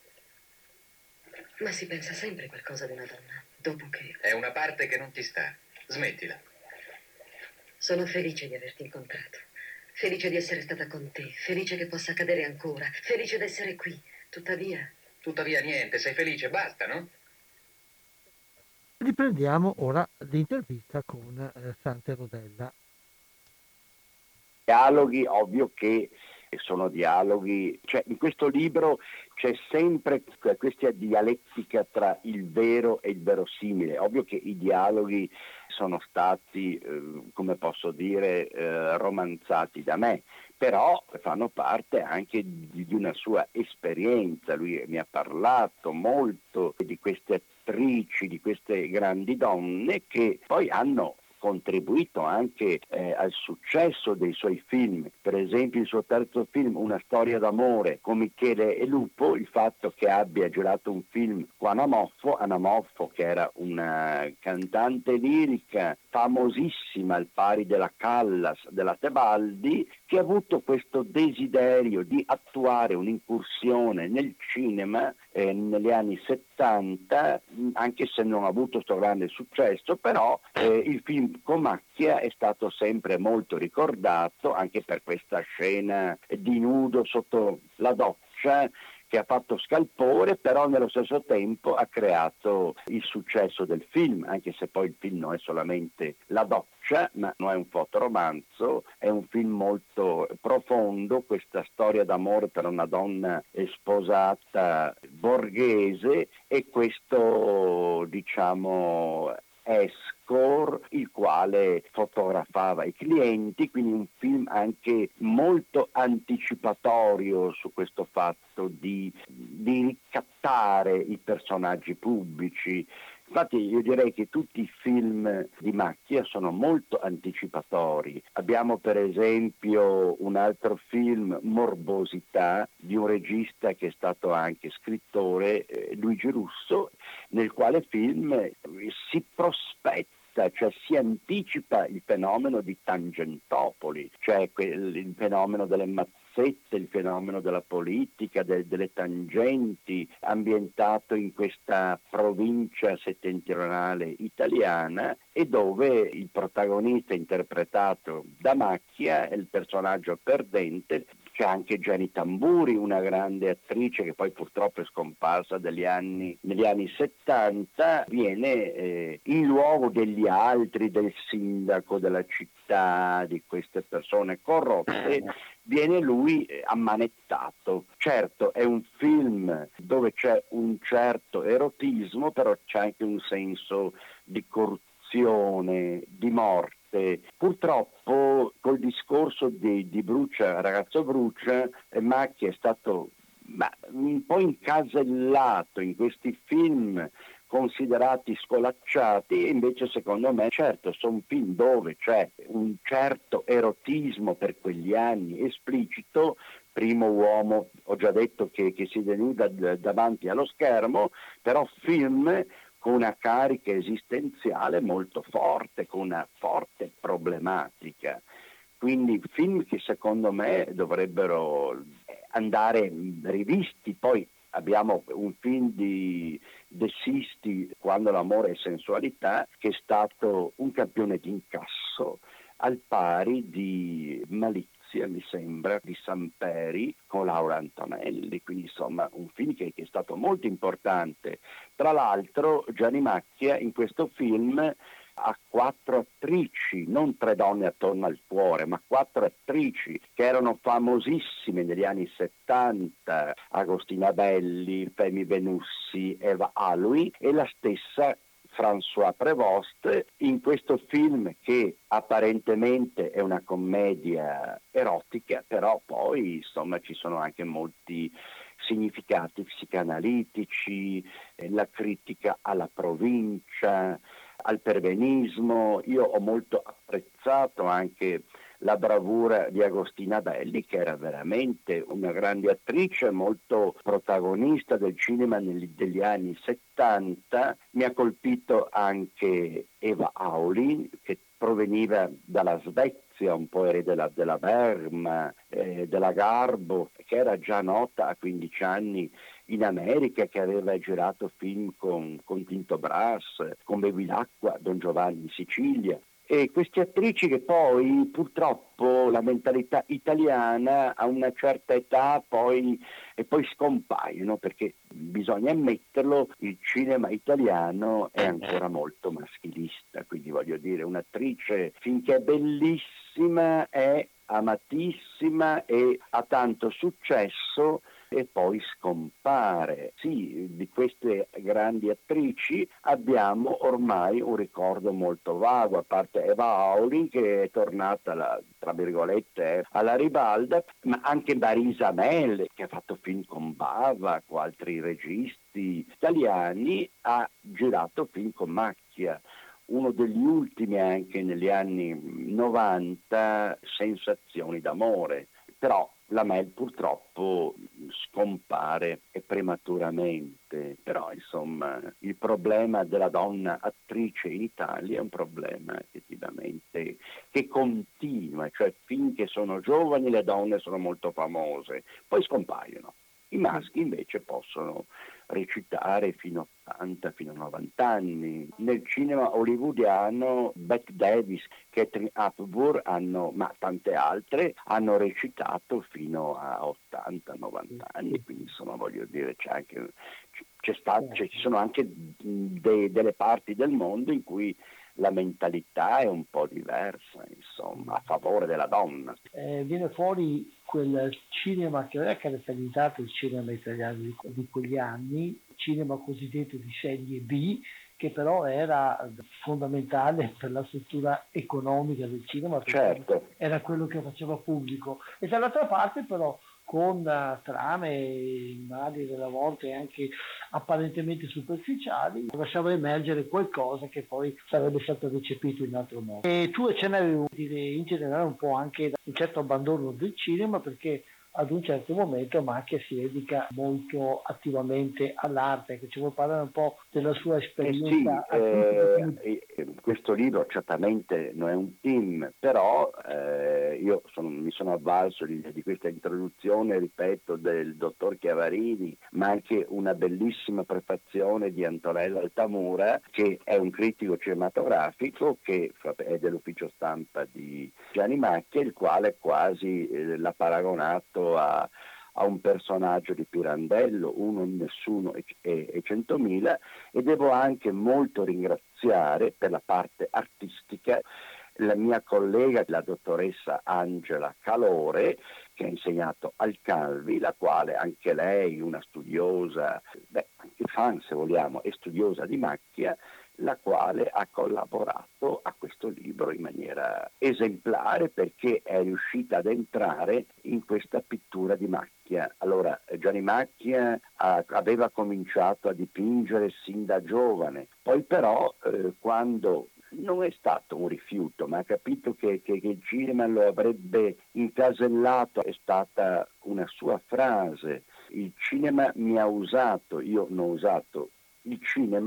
Ma si pensa sempre qualcosa di una donna, dopo che... È una parte che non ti sta. Smettila. Sono felice di averti incontrato. Felice di essere stata con te. Felice che possa accadere ancora. Felice di essere qui. Tuttavia... Tuttavia niente, sei felice, basta, no? Riprendiamo ora l'intervista con eh, Sante Rodella. Dialoghi, ovvio che sono dialoghi, cioè in questo libro c'è sempre questa dialettica tra il vero e il verosimile. Ovvio che i dialoghi sono stati, eh, come posso dire, eh, romanzati da me, però fanno parte anche di, di una sua esperienza. Lui mi ha parlato molto di queste attrici, di queste grandi donne che poi hanno contribuito anche eh, al successo dei suoi film. Per esempio il suo terzo film, Una storia d'amore con Michele e Lupo, il fatto che abbia girato un film con Anna Moffo, Anna Moffo che era una cantante lirica famosissima al pari della Callas, della Tebaldi, che ha avuto questo desiderio di attuare un'incursione nel cinema eh, negli anni settanta, anche se non ha avuto questo grande successo, però eh, il film Comacchia è stato sempre molto ricordato anche per questa scena di nudo sotto la doccia che ha fatto scalpore, però nello stesso tempo ha creato il successo del film, anche se poi il film non è solamente la doccia, ma non è un fotoromanzo, è un film molto profondo, questa storia d'amore per una donna sposata borghese e questo, diciamo, escort, il quale fotografava i clienti, quindi un film anche molto anticipatorio su questo fatto di, di ricattare i personaggi pubblici. Infatti io direi che tutti i film di Macchia sono molto anticipatori. Abbiamo per esempio un altro film, Morbosità, di un regista che è stato anche scrittore, eh, Luigi Russo, nel quale film eh, si prospetta, cioè si anticipa il fenomeno di Tangentopoli, cioè quel, il fenomeno delle mazzette, il fenomeno della politica, de, delle tangenti, ambientato in questa provincia settentrionale italiana e dove il protagonista interpretato da Macchia è il personaggio perdente. C'è anche Gianni Tamburi, una grande attrice che poi purtroppo è scomparsa degli anni, negli anni settanta, viene eh, in luogo degli altri, del sindaco della città, di queste persone corrotte, viene lui eh, ammanettato. Certo, è un film dove c'è un certo erotismo, però c'è anche un senso di corruzione, di morte. Purtroppo col discorso di, di Brucia, ragazzo Brucia, eh, Macchia è stato ma, un po' incasellato in questi film considerati scolacciati, e invece secondo me certo sono film dove c'è un certo erotismo per quegli anni esplicito. Primo uomo, ho già detto che, che si denuda d- davanti allo schermo, però film con una carica esistenziale molto forte, con una forte problematica. Quindi film che secondo me dovrebbero andare rivisti. Poi abbiamo un film di De Sisti, Quando l'amore è sensualità, che è stato un campione di incasso al pari di Malizia, mi sembra, di Samperi con Laura Antonelli, quindi insomma un film che, che è stato molto importante. Tra l'altro Gianni Macchia in questo film ha quattro attrici, non tre donne attorno al cuore, ma quattro attrici che erano famosissime negli anni settanta, Agostina Belli, Femi Benussi, Eva Alui e la stessa François Prévost in questo film che apparentemente è una commedia erotica, però poi insomma ci sono anche molti significati psicanalitici, eh, la critica alla provincia, al perbenismo. Io ho molto apprezzato anche la bravura di Agostina Belli, che era veramente una grande attrice, molto protagonista del cinema negli, degli anni settanta. Mi ha colpito anche Eva Auli, che proveniva dalla Svezia, un po' erede della, della Berma, eh, della Garbo, che era già nota a quindici anni in America, che aveva girato film con, con Tinto Brass, con Bevilacqua, Don Giovanni in Sicilia. E queste attrici che poi purtroppo la mentalità italiana a una certa età poi, e poi scompaiono, perché bisogna ammetterlo, il cinema italiano è ancora molto maschilista, quindi voglio dire un'attrice finché è bellissima è amatissima e ha tanto successo e poi scompare. Sì, di queste grandi attrici abbiamo ormai un ricordo molto vago, a parte Eva Auli che è tornata la, tra virgolette alla ribalda, ma anche Marisa Mel che ha fatto film con Bava, con altri registi italiani, ha girato film con Macchia. Uno degli ultimi anche negli anni novanta, Sensazioni d'amore, però la Mel purtroppo scompare e prematuramente, però insomma il problema della donna attrice in Italia è un problema effettivamente che continua, cioè finché sono giovani le donne sono molto famose, poi scompaiono. I maschi invece possono recitare fino a ottanta, fino a novanta anni. Nel cinema hollywoodiano Bette Davis, Catherine Hepburn hanno, ma tante altre, hanno recitato fino a ottanta novanta anni, quindi insomma voglio dire c'è anche, c'è stato, c'è, ci sono anche de, delle parti del mondo in cui la mentalità è un po' diversa, insomma, a favore della donna. Eh, viene fuori quel cinema che aveva caratterizzato il cinema italiano di, di quegli anni, cinema cosiddetto di serie B, che però era fondamentale per la struttura economica del cinema, perché certo. Era quello che faceva pubblico. E dall'altra parte però con uh, trame magari delle volte anche apparentemente superficiali, lasciava emergere qualcosa che poi sarebbe stato recepito in altro modo. E tu accennavi in generale un po' anche un certo abbandono del cinema, perché ad un certo momento Macchia si dedica molto attivamente all'arte, che ci vuoi parlare un po' della sua esperienza? Eh sì, eh, questo libro certamente non è un film, però eh, io sono, mi sono avvalso di, di questa introduzione, ripeto, del dottor Chiavarini, ma anche una bellissima prefazione di Antonello Altamura, che è un critico cinematografico che è dell'ufficio stampa di Gianni Macchia, il quale quasi eh, l'ha paragonato A, a un personaggio di Pirandello, uno in nessuno e, e, e centomila, e devo anche molto ringraziare per la parte artistica la mia collega, la dottoressa Angela Calore, che ha insegnato al Calvi, la quale anche lei, una studiosa, beh, anche fan se vogliamo, è studiosa di Macchia, la quale ha collaborato a questo libro in maniera esemplare perché è riuscita ad entrare in questa pittura di Macchia. Allora, Gianni Macchia ha, aveva cominciato a dipingere sin da giovane, poi però eh, quando non è stato un rifiuto, ma ha capito che, che, che il cinema lo avrebbe incasellato, è stata una sua frase: il cinema mi ha usato, io non ho usato il cinema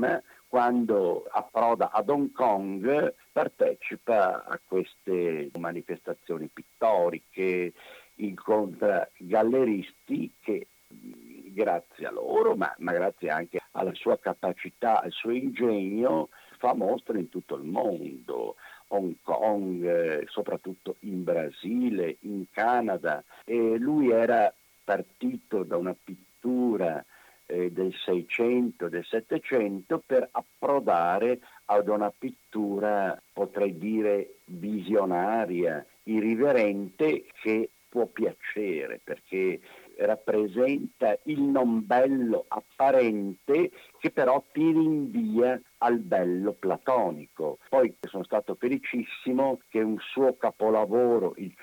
quando approda ad Hong Kong partecipa a queste manifestazioni pittoriche, incontra galleristi che grazie a loro, ma, ma grazie anche alla sua capacità, al suo ingegno, fa mostre in tutto il mondo, Hong Kong, eh, soprattutto in Brasile, in Canada, e lui era partito da una pittura eh, del Seicento, del Settecento per approdare ad una pittura, potrei dire, visionaria, irriverente, che può piacere perché rappresenta il non bello apparente che però ti rinvia al bello platonico. Poi sono stato felicissimo che un suo capolavoro, Il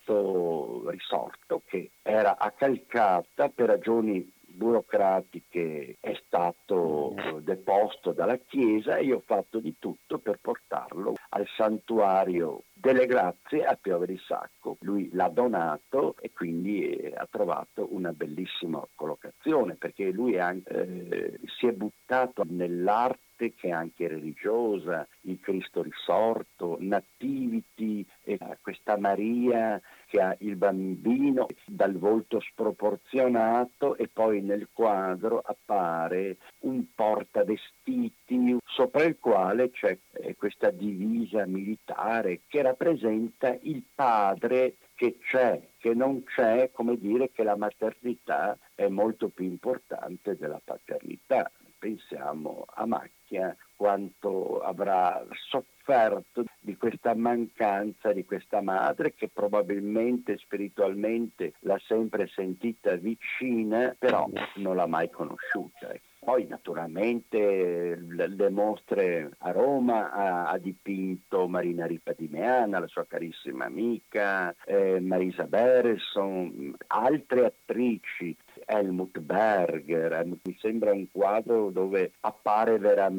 Cristo risorto, che era a Calcata per ragioni burocratiche, è stato deposto dalla Chiesa e io ho fatto di tutto per portarlo al santuario delle Grazie a Pieve di Sacco. Lui l'ha donato e quindi eh, ha trovato una bellissima collocazione, perché lui anche, eh, si è buttato nell'arte che è anche religiosa, il Cristo risorto, Nativity, e questa Maria che ha il bambino dal volto sproporzionato e poi nel quadro appare un portavestiti sopra il quale c'è eh, questa divisa militare che rappresenta il padre che c'è, che non c'è, come dire che la maternità è molto più importante della paternità. Pensiamo a Macchia, quanto avrà sofferto di questa mancanza di questa madre che probabilmente spiritualmente l'ha sempre sentita vicina, però non l'ha mai conosciuta. Poi naturalmente le mostre a Roma ha, ha dipinto Marina Ripa di Meana, la sua carissima amica, eh, Marisa Beresson, altre attrici, Helmut Berger. Mi sembra un quadro dove appare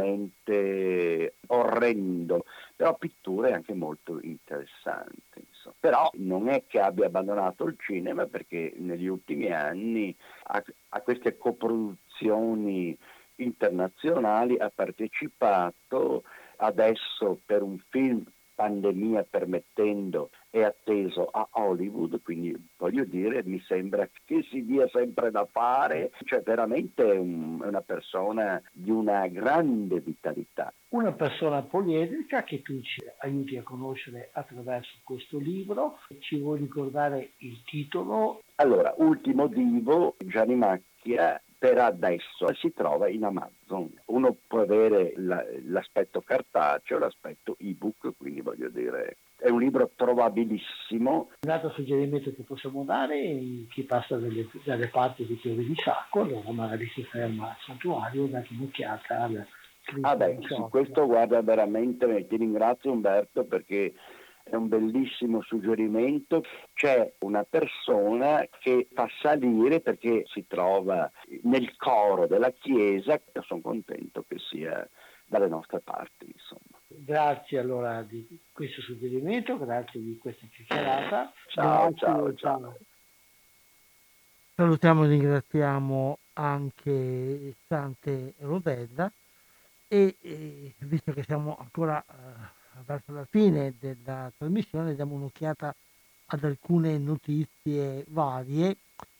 veramente orrendo, però pitture anche molto interessanti. Insomma. Però non è che abbia abbandonato il cinema, perché negli ultimi anni a, a queste coproduzioni internazionali ha partecipato. Adesso per un film, pandemia permettendo, è atteso a Hollywood, quindi voglio dire, mi sembra che si dia sempre da fare, cioè veramente un, una persona di una grande vitalità. Una persona poliedrica che tu ci aiuti a conoscere attraverso questo libro. Ci vuoi ricordare il titolo? Allora, Ultimo Divo, Gianni Macchia, per adesso si trova in Amazon. Uno può avere la, l'aspetto cartaceo, l'aspetto ebook, quindi voglio dire, è un libro trovabilissimo. Un altro suggerimento che possiamo dare: chi passa dalle, dalle parti di Pieve di Sacco, allora magari si ferma al santuario, date un'occhiata al Ah beh, su questo guarda veramente, ti ringrazio Umberto, perché è un bellissimo suggerimento. C'è una persona che fa salire, perché si trova nel coro della chiesa, sono contento che sia dalle nostre parti, insomma. Grazie allora di questo suggerimento, grazie di questa chiacchierata. Ciao, Grazie, ciao, ciao. Salutiamo e ringraziamo anche Sante Rodella e, e visto che siamo ancora uh, verso la fine della trasmissione, diamo un'occhiata ad alcune notizie varie.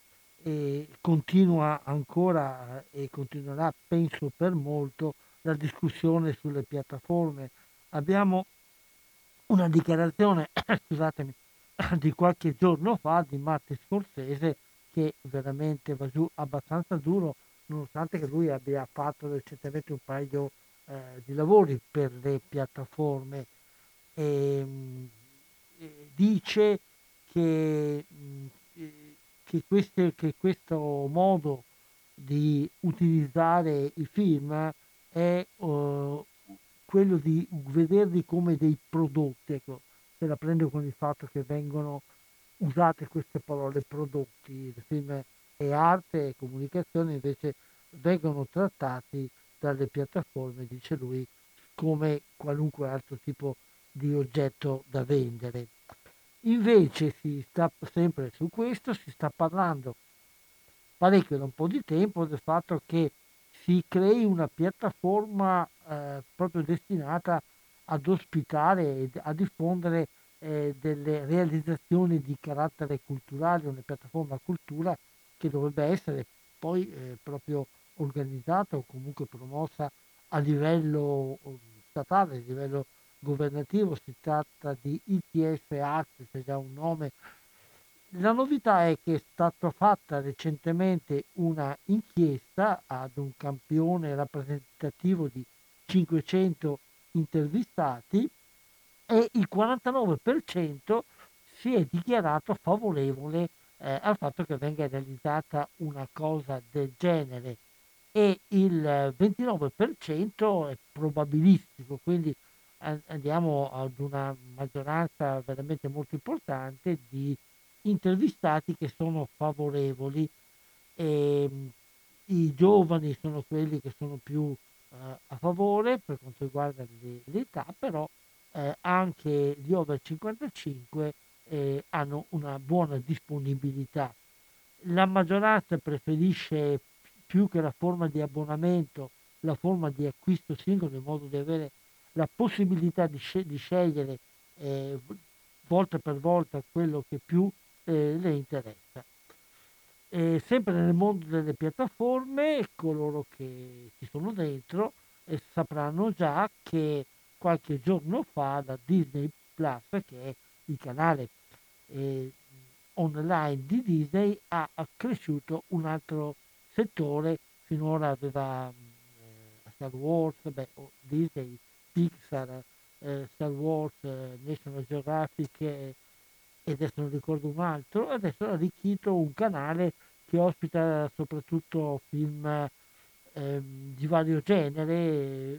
E continua ancora e continuerà, penso per molto, la discussione sulle piattaforme. Abbiamo una dichiarazione, scusatemi, di qualche giorno fa di Martin Scorsese, che veramente va giù abbastanza duro, nonostante che lui abbia fatto recentemente un paio eh, di lavori per le piattaforme. E, e dice che, che, queste, che questo modo di utilizzare i film è uh, quello di vederli come dei prodotti. Ecco, se la prendo con il fatto che vengono usate queste parole prodotti. Il film è arte e comunicazione, invece vengono trattati dalle piattaforme, dice lui, come qualunque altro tipo di oggetto da vendere. Invece si sta sempre su questo, si sta parlando parecchio da un po' di tempo del fatto che si crei una piattaforma eh, proprio destinata ad ospitare e a diffondere eh, delle realizzazioni di carattere culturale, una piattaforma cultura che dovrebbe essere poi eh, proprio organizzata o comunque promossa a livello eh, statale, a livello governativo. Si tratta di I T F Act, c'è già un nome. La novità è che è stata fatta recentemente una inchiesta ad un campione rappresentativo di cinquecento intervistati e il quarantanove per cento si è dichiarato favorevole eh, al fatto che venga realizzata una cosa del genere e il ventinove per cento è probabilistico, quindi an- andiamo ad una maggioranza veramente molto importante di intervistati che sono favorevoli. E, mh, i giovani sono quelli che sono più eh, a favore per quanto riguarda le, l'età, però eh, anche gli over cinquantacinque eh, hanno una buona disponibilità. La maggioranza preferisce più che la forma di abbonamento, la forma di acquisto singolo, in modo di avere la possibilità di, scel- di scegliere eh, volta per volta quello che più eh, le interessa. E sempre nel mondo delle piattaforme, coloro che ci sono dentro eh, sapranno già che qualche giorno fa la Disney Plus, che è il canale eh, online di Disney, ha accresciuto un altro settore. Finora aveva eh, Star Wars, beh, oh, Disney, Pixar, eh, Star Wars, eh, National Geographic eh, e adesso non ricordo un altro. Adesso ha arricchito un canale che ospita soprattutto film ehm, di vario genere eh,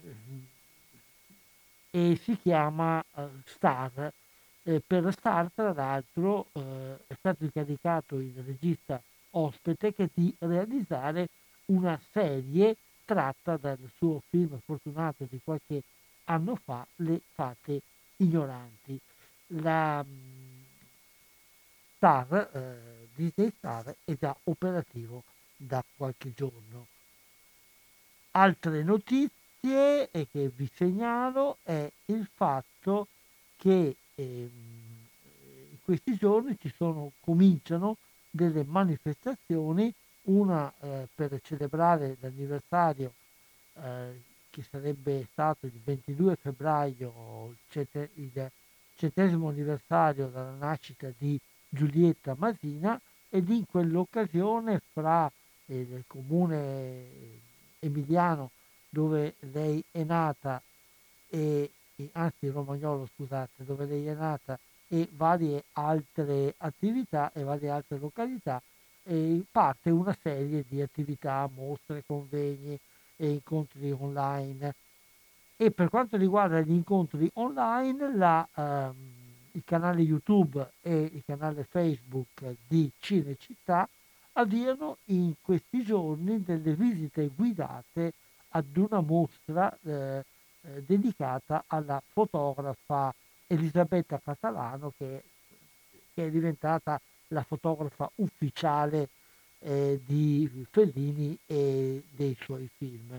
e si chiama eh, Star. Eh, per Star, tra l'altro, eh, è stato incaricato il regista ospite che di realizzare una serie tratta dal suo film fortunato di qualche anno fa, Le Fate Ignoranti. La mh, Star, eh, Disney Star, è già operativo da qualche giorno. Altre notizie eh, che vi segnalo è il fatto che ehm, in questi giorni ci sono, cominciano delle manifestazioni, una eh, per celebrare l'anniversario eh, che sarebbe stato il ventidue febbraio, il, cete- il centesimo anniversario dalla nascita di Giulietta Masina, ed in quell'occasione fra eh, il comune emiliano dove lei è nata e, e anzi Romagnolo scusate, dove lei è nata, e varie altre attività e varie altre località, e parte una serie di attività, mostre, convegni e incontri online. E per quanto riguarda gli incontri online, la, ehm, il canale YouTube e il canale Facebook di Cinecittà avviano in questi giorni delle visite guidate ad una mostra eh, eh, dedicata alla fotografa Elisabetta Catalano, che, che è diventata la fotografa ufficiale eh, di Fellini e dei suoi film.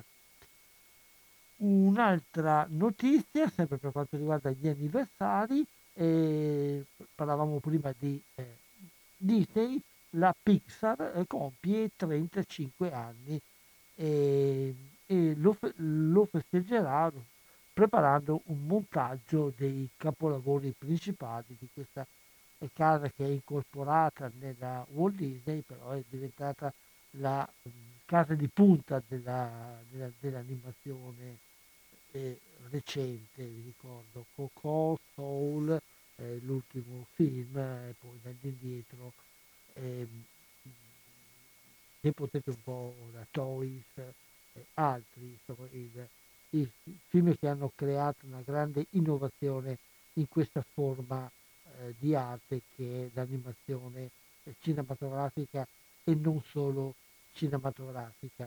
Un'altra notizia, sempre per quanto riguarda gli anniversari, eh, parlavamo prima di eh, Disney, la Pixar eh, compie trentacinque anni e, e lo, fe- lo festeggerà preparando un montaggio dei capolavori principali di questa eh, casa che è incorporata nella Walt Disney, però è diventata la mh, casa di punta della- della- dell'animazione eh, recente. Vi ricordo Coco, Soul, eh, l'ultimo film, e poi dall'indietro ehm, ne potete un po' da Toys e altri, insomma, il- i film che hanno creato una grande innovazione in questa forma eh, di arte che è l'animazione eh, cinematografica e non solo cinematografica.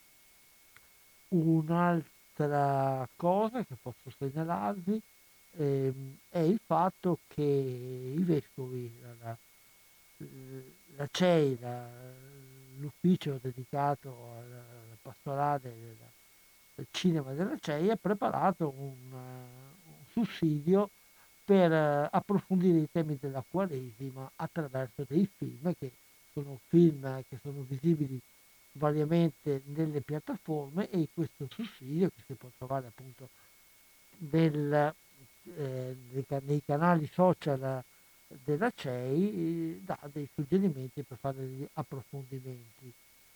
Un'altra cosa che posso segnalarvi ehm, è il fatto che i vescovi, la, la, la C E I, la- l'ufficio dedicato alla, alla pastorale della, cinema della C E I ha preparato un, uh, un sussidio per uh, approfondire i temi della Quaresima attraverso dei film che sono film che sono visibili variamente nelle piattaforme, e questo sussidio, che si può trovare appunto nel, eh, nei, nei canali social della C E I, dà dei suggerimenti per fare degli approfondimenti.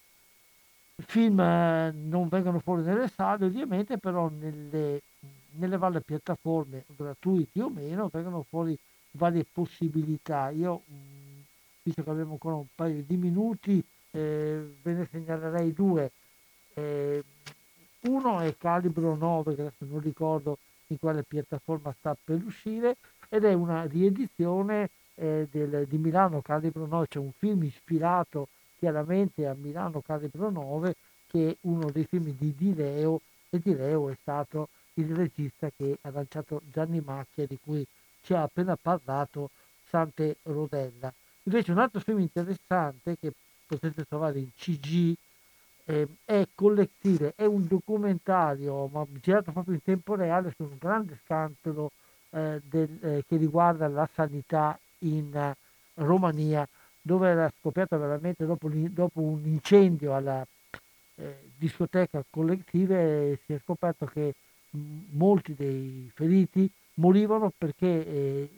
I film eh, non vengono fuori nelle sale ovviamente, però nelle, nelle varie piattaforme, gratuiti o meno, vengono fuori varie possibilità. Io, mh, visto che abbiamo ancora un paio di minuti, eh, ve ne segnalerei due. Eh, uno è Calibro nove, che adesso non ricordo in quale piattaforma sta per uscire, ed è una riedizione eh, del, di Milano Calibro nove. C'è un film ispirato chiaramente a Milano Calibro nove, che è uno dei film di Di Leo, e Di Leo è stato il regista che ha lanciato Gianni Macchia, di cui ci ha appena parlato Sante Rodella. Invece un altro film interessante che potete trovare in C G eh, è Collective, è un documentario ma girato proprio in tempo reale su un grande scandalo eh, del, eh, che riguarda la sanità in eh, Romania, dove era scoperta veramente dopo, dopo un incendio alla eh, discoteca Collective, e si è scoperto che mh, molti dei feriti morivano perché eh,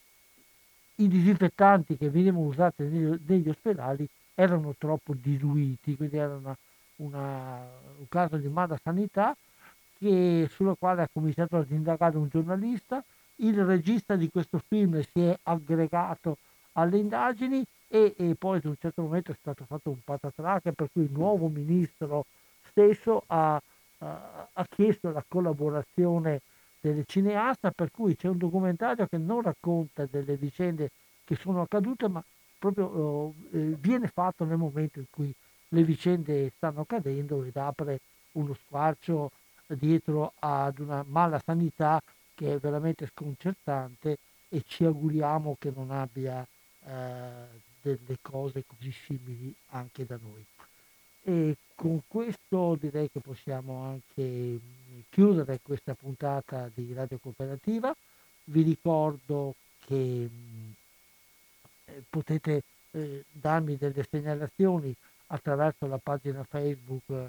i disinfettanti che venivano usati negli, negli ospedali erano troppo diluiti, quindi era una, una, un caso di mala sanità che, sulla quale ha cominciato ad indagare un giornalista. Il regista di questo film si è aggregato alle indagini e, e poi ad un certo momento è stato fatto un patatrac, per cui il nuovo ministro stesso ha, ha, ha chiesto la collaborazione del cineasta, per cui c'è un documentario che non racconta delle vicende che sono accadute, ma proprio eh, viene fatto nel momento in cui le vicende stanno accadendo, ed apre uno squarcio dietro ad una mala sanità che è veramente sconcertante, e ci auguriamo che non abbia eh, delle cose così simili anche da noi. E con questo direi che possiamo anche chiudere questa puntata di Radio Cooperativa. Vi ricordo che eh, potete eh, darmi delle segnalazioni attraverso la pagina Facebook eh,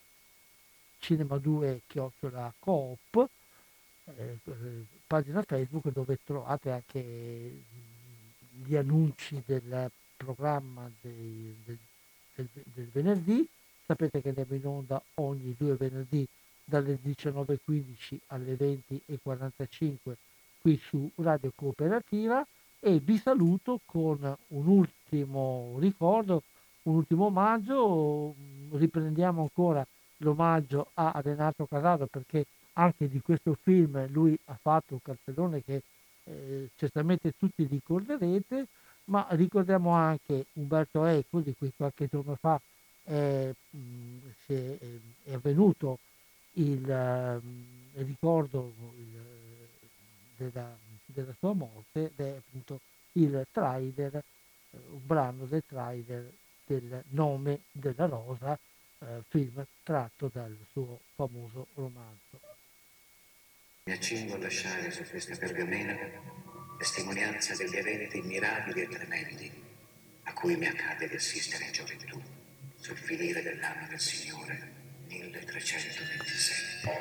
Cinema due chiocciola Coop, eh, pagina Facebook dove trovate anche gli annunci del programma dei, del, del, del venerdì. Sapete che andiamo in onda ogni due venerdì dalle diciannove e quindici alle venti e quarantacinque qui su Radio Cooperativa, e vi saluto con un ultimo ricordo, un ultimo omaggio. Riprendiamo ancora l'omaggio a Renato Casaro, perché anche di questo film lui ha fatto un cartellone che eh, certamente tutti ricorderete, ma ricordiamo anche Umberto Eco, di cui qualche giorno fa eh, mh, si è, è avvenuto il eh, ricordo il, della, della sua morte, ed è appunto il trailer, eh, un brano del trailer del Nome della Rosa, eh, film tratto dal suo famoso romanzo. Mi accingo a lasciare su questa pergamena testimonianza degli eventi mirabili e tremendi a cui mi accade di assistere in gioventù, sul finire dell'anno del Signore milletrecentoventisei.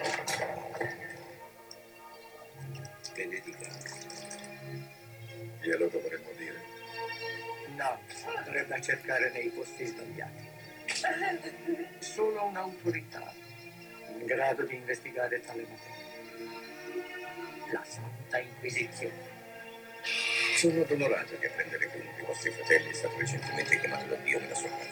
Benedica. Glielo dovremmo dire. No, dovrebbe cercare nei posti sbagliati. Solo un'autorità in grado di investigare tale materia. La Santa Inquisizione. Sono onorato di apprendere che uno dei vostri fratelli è stato recentemente chiamato da Dio nella sua casa.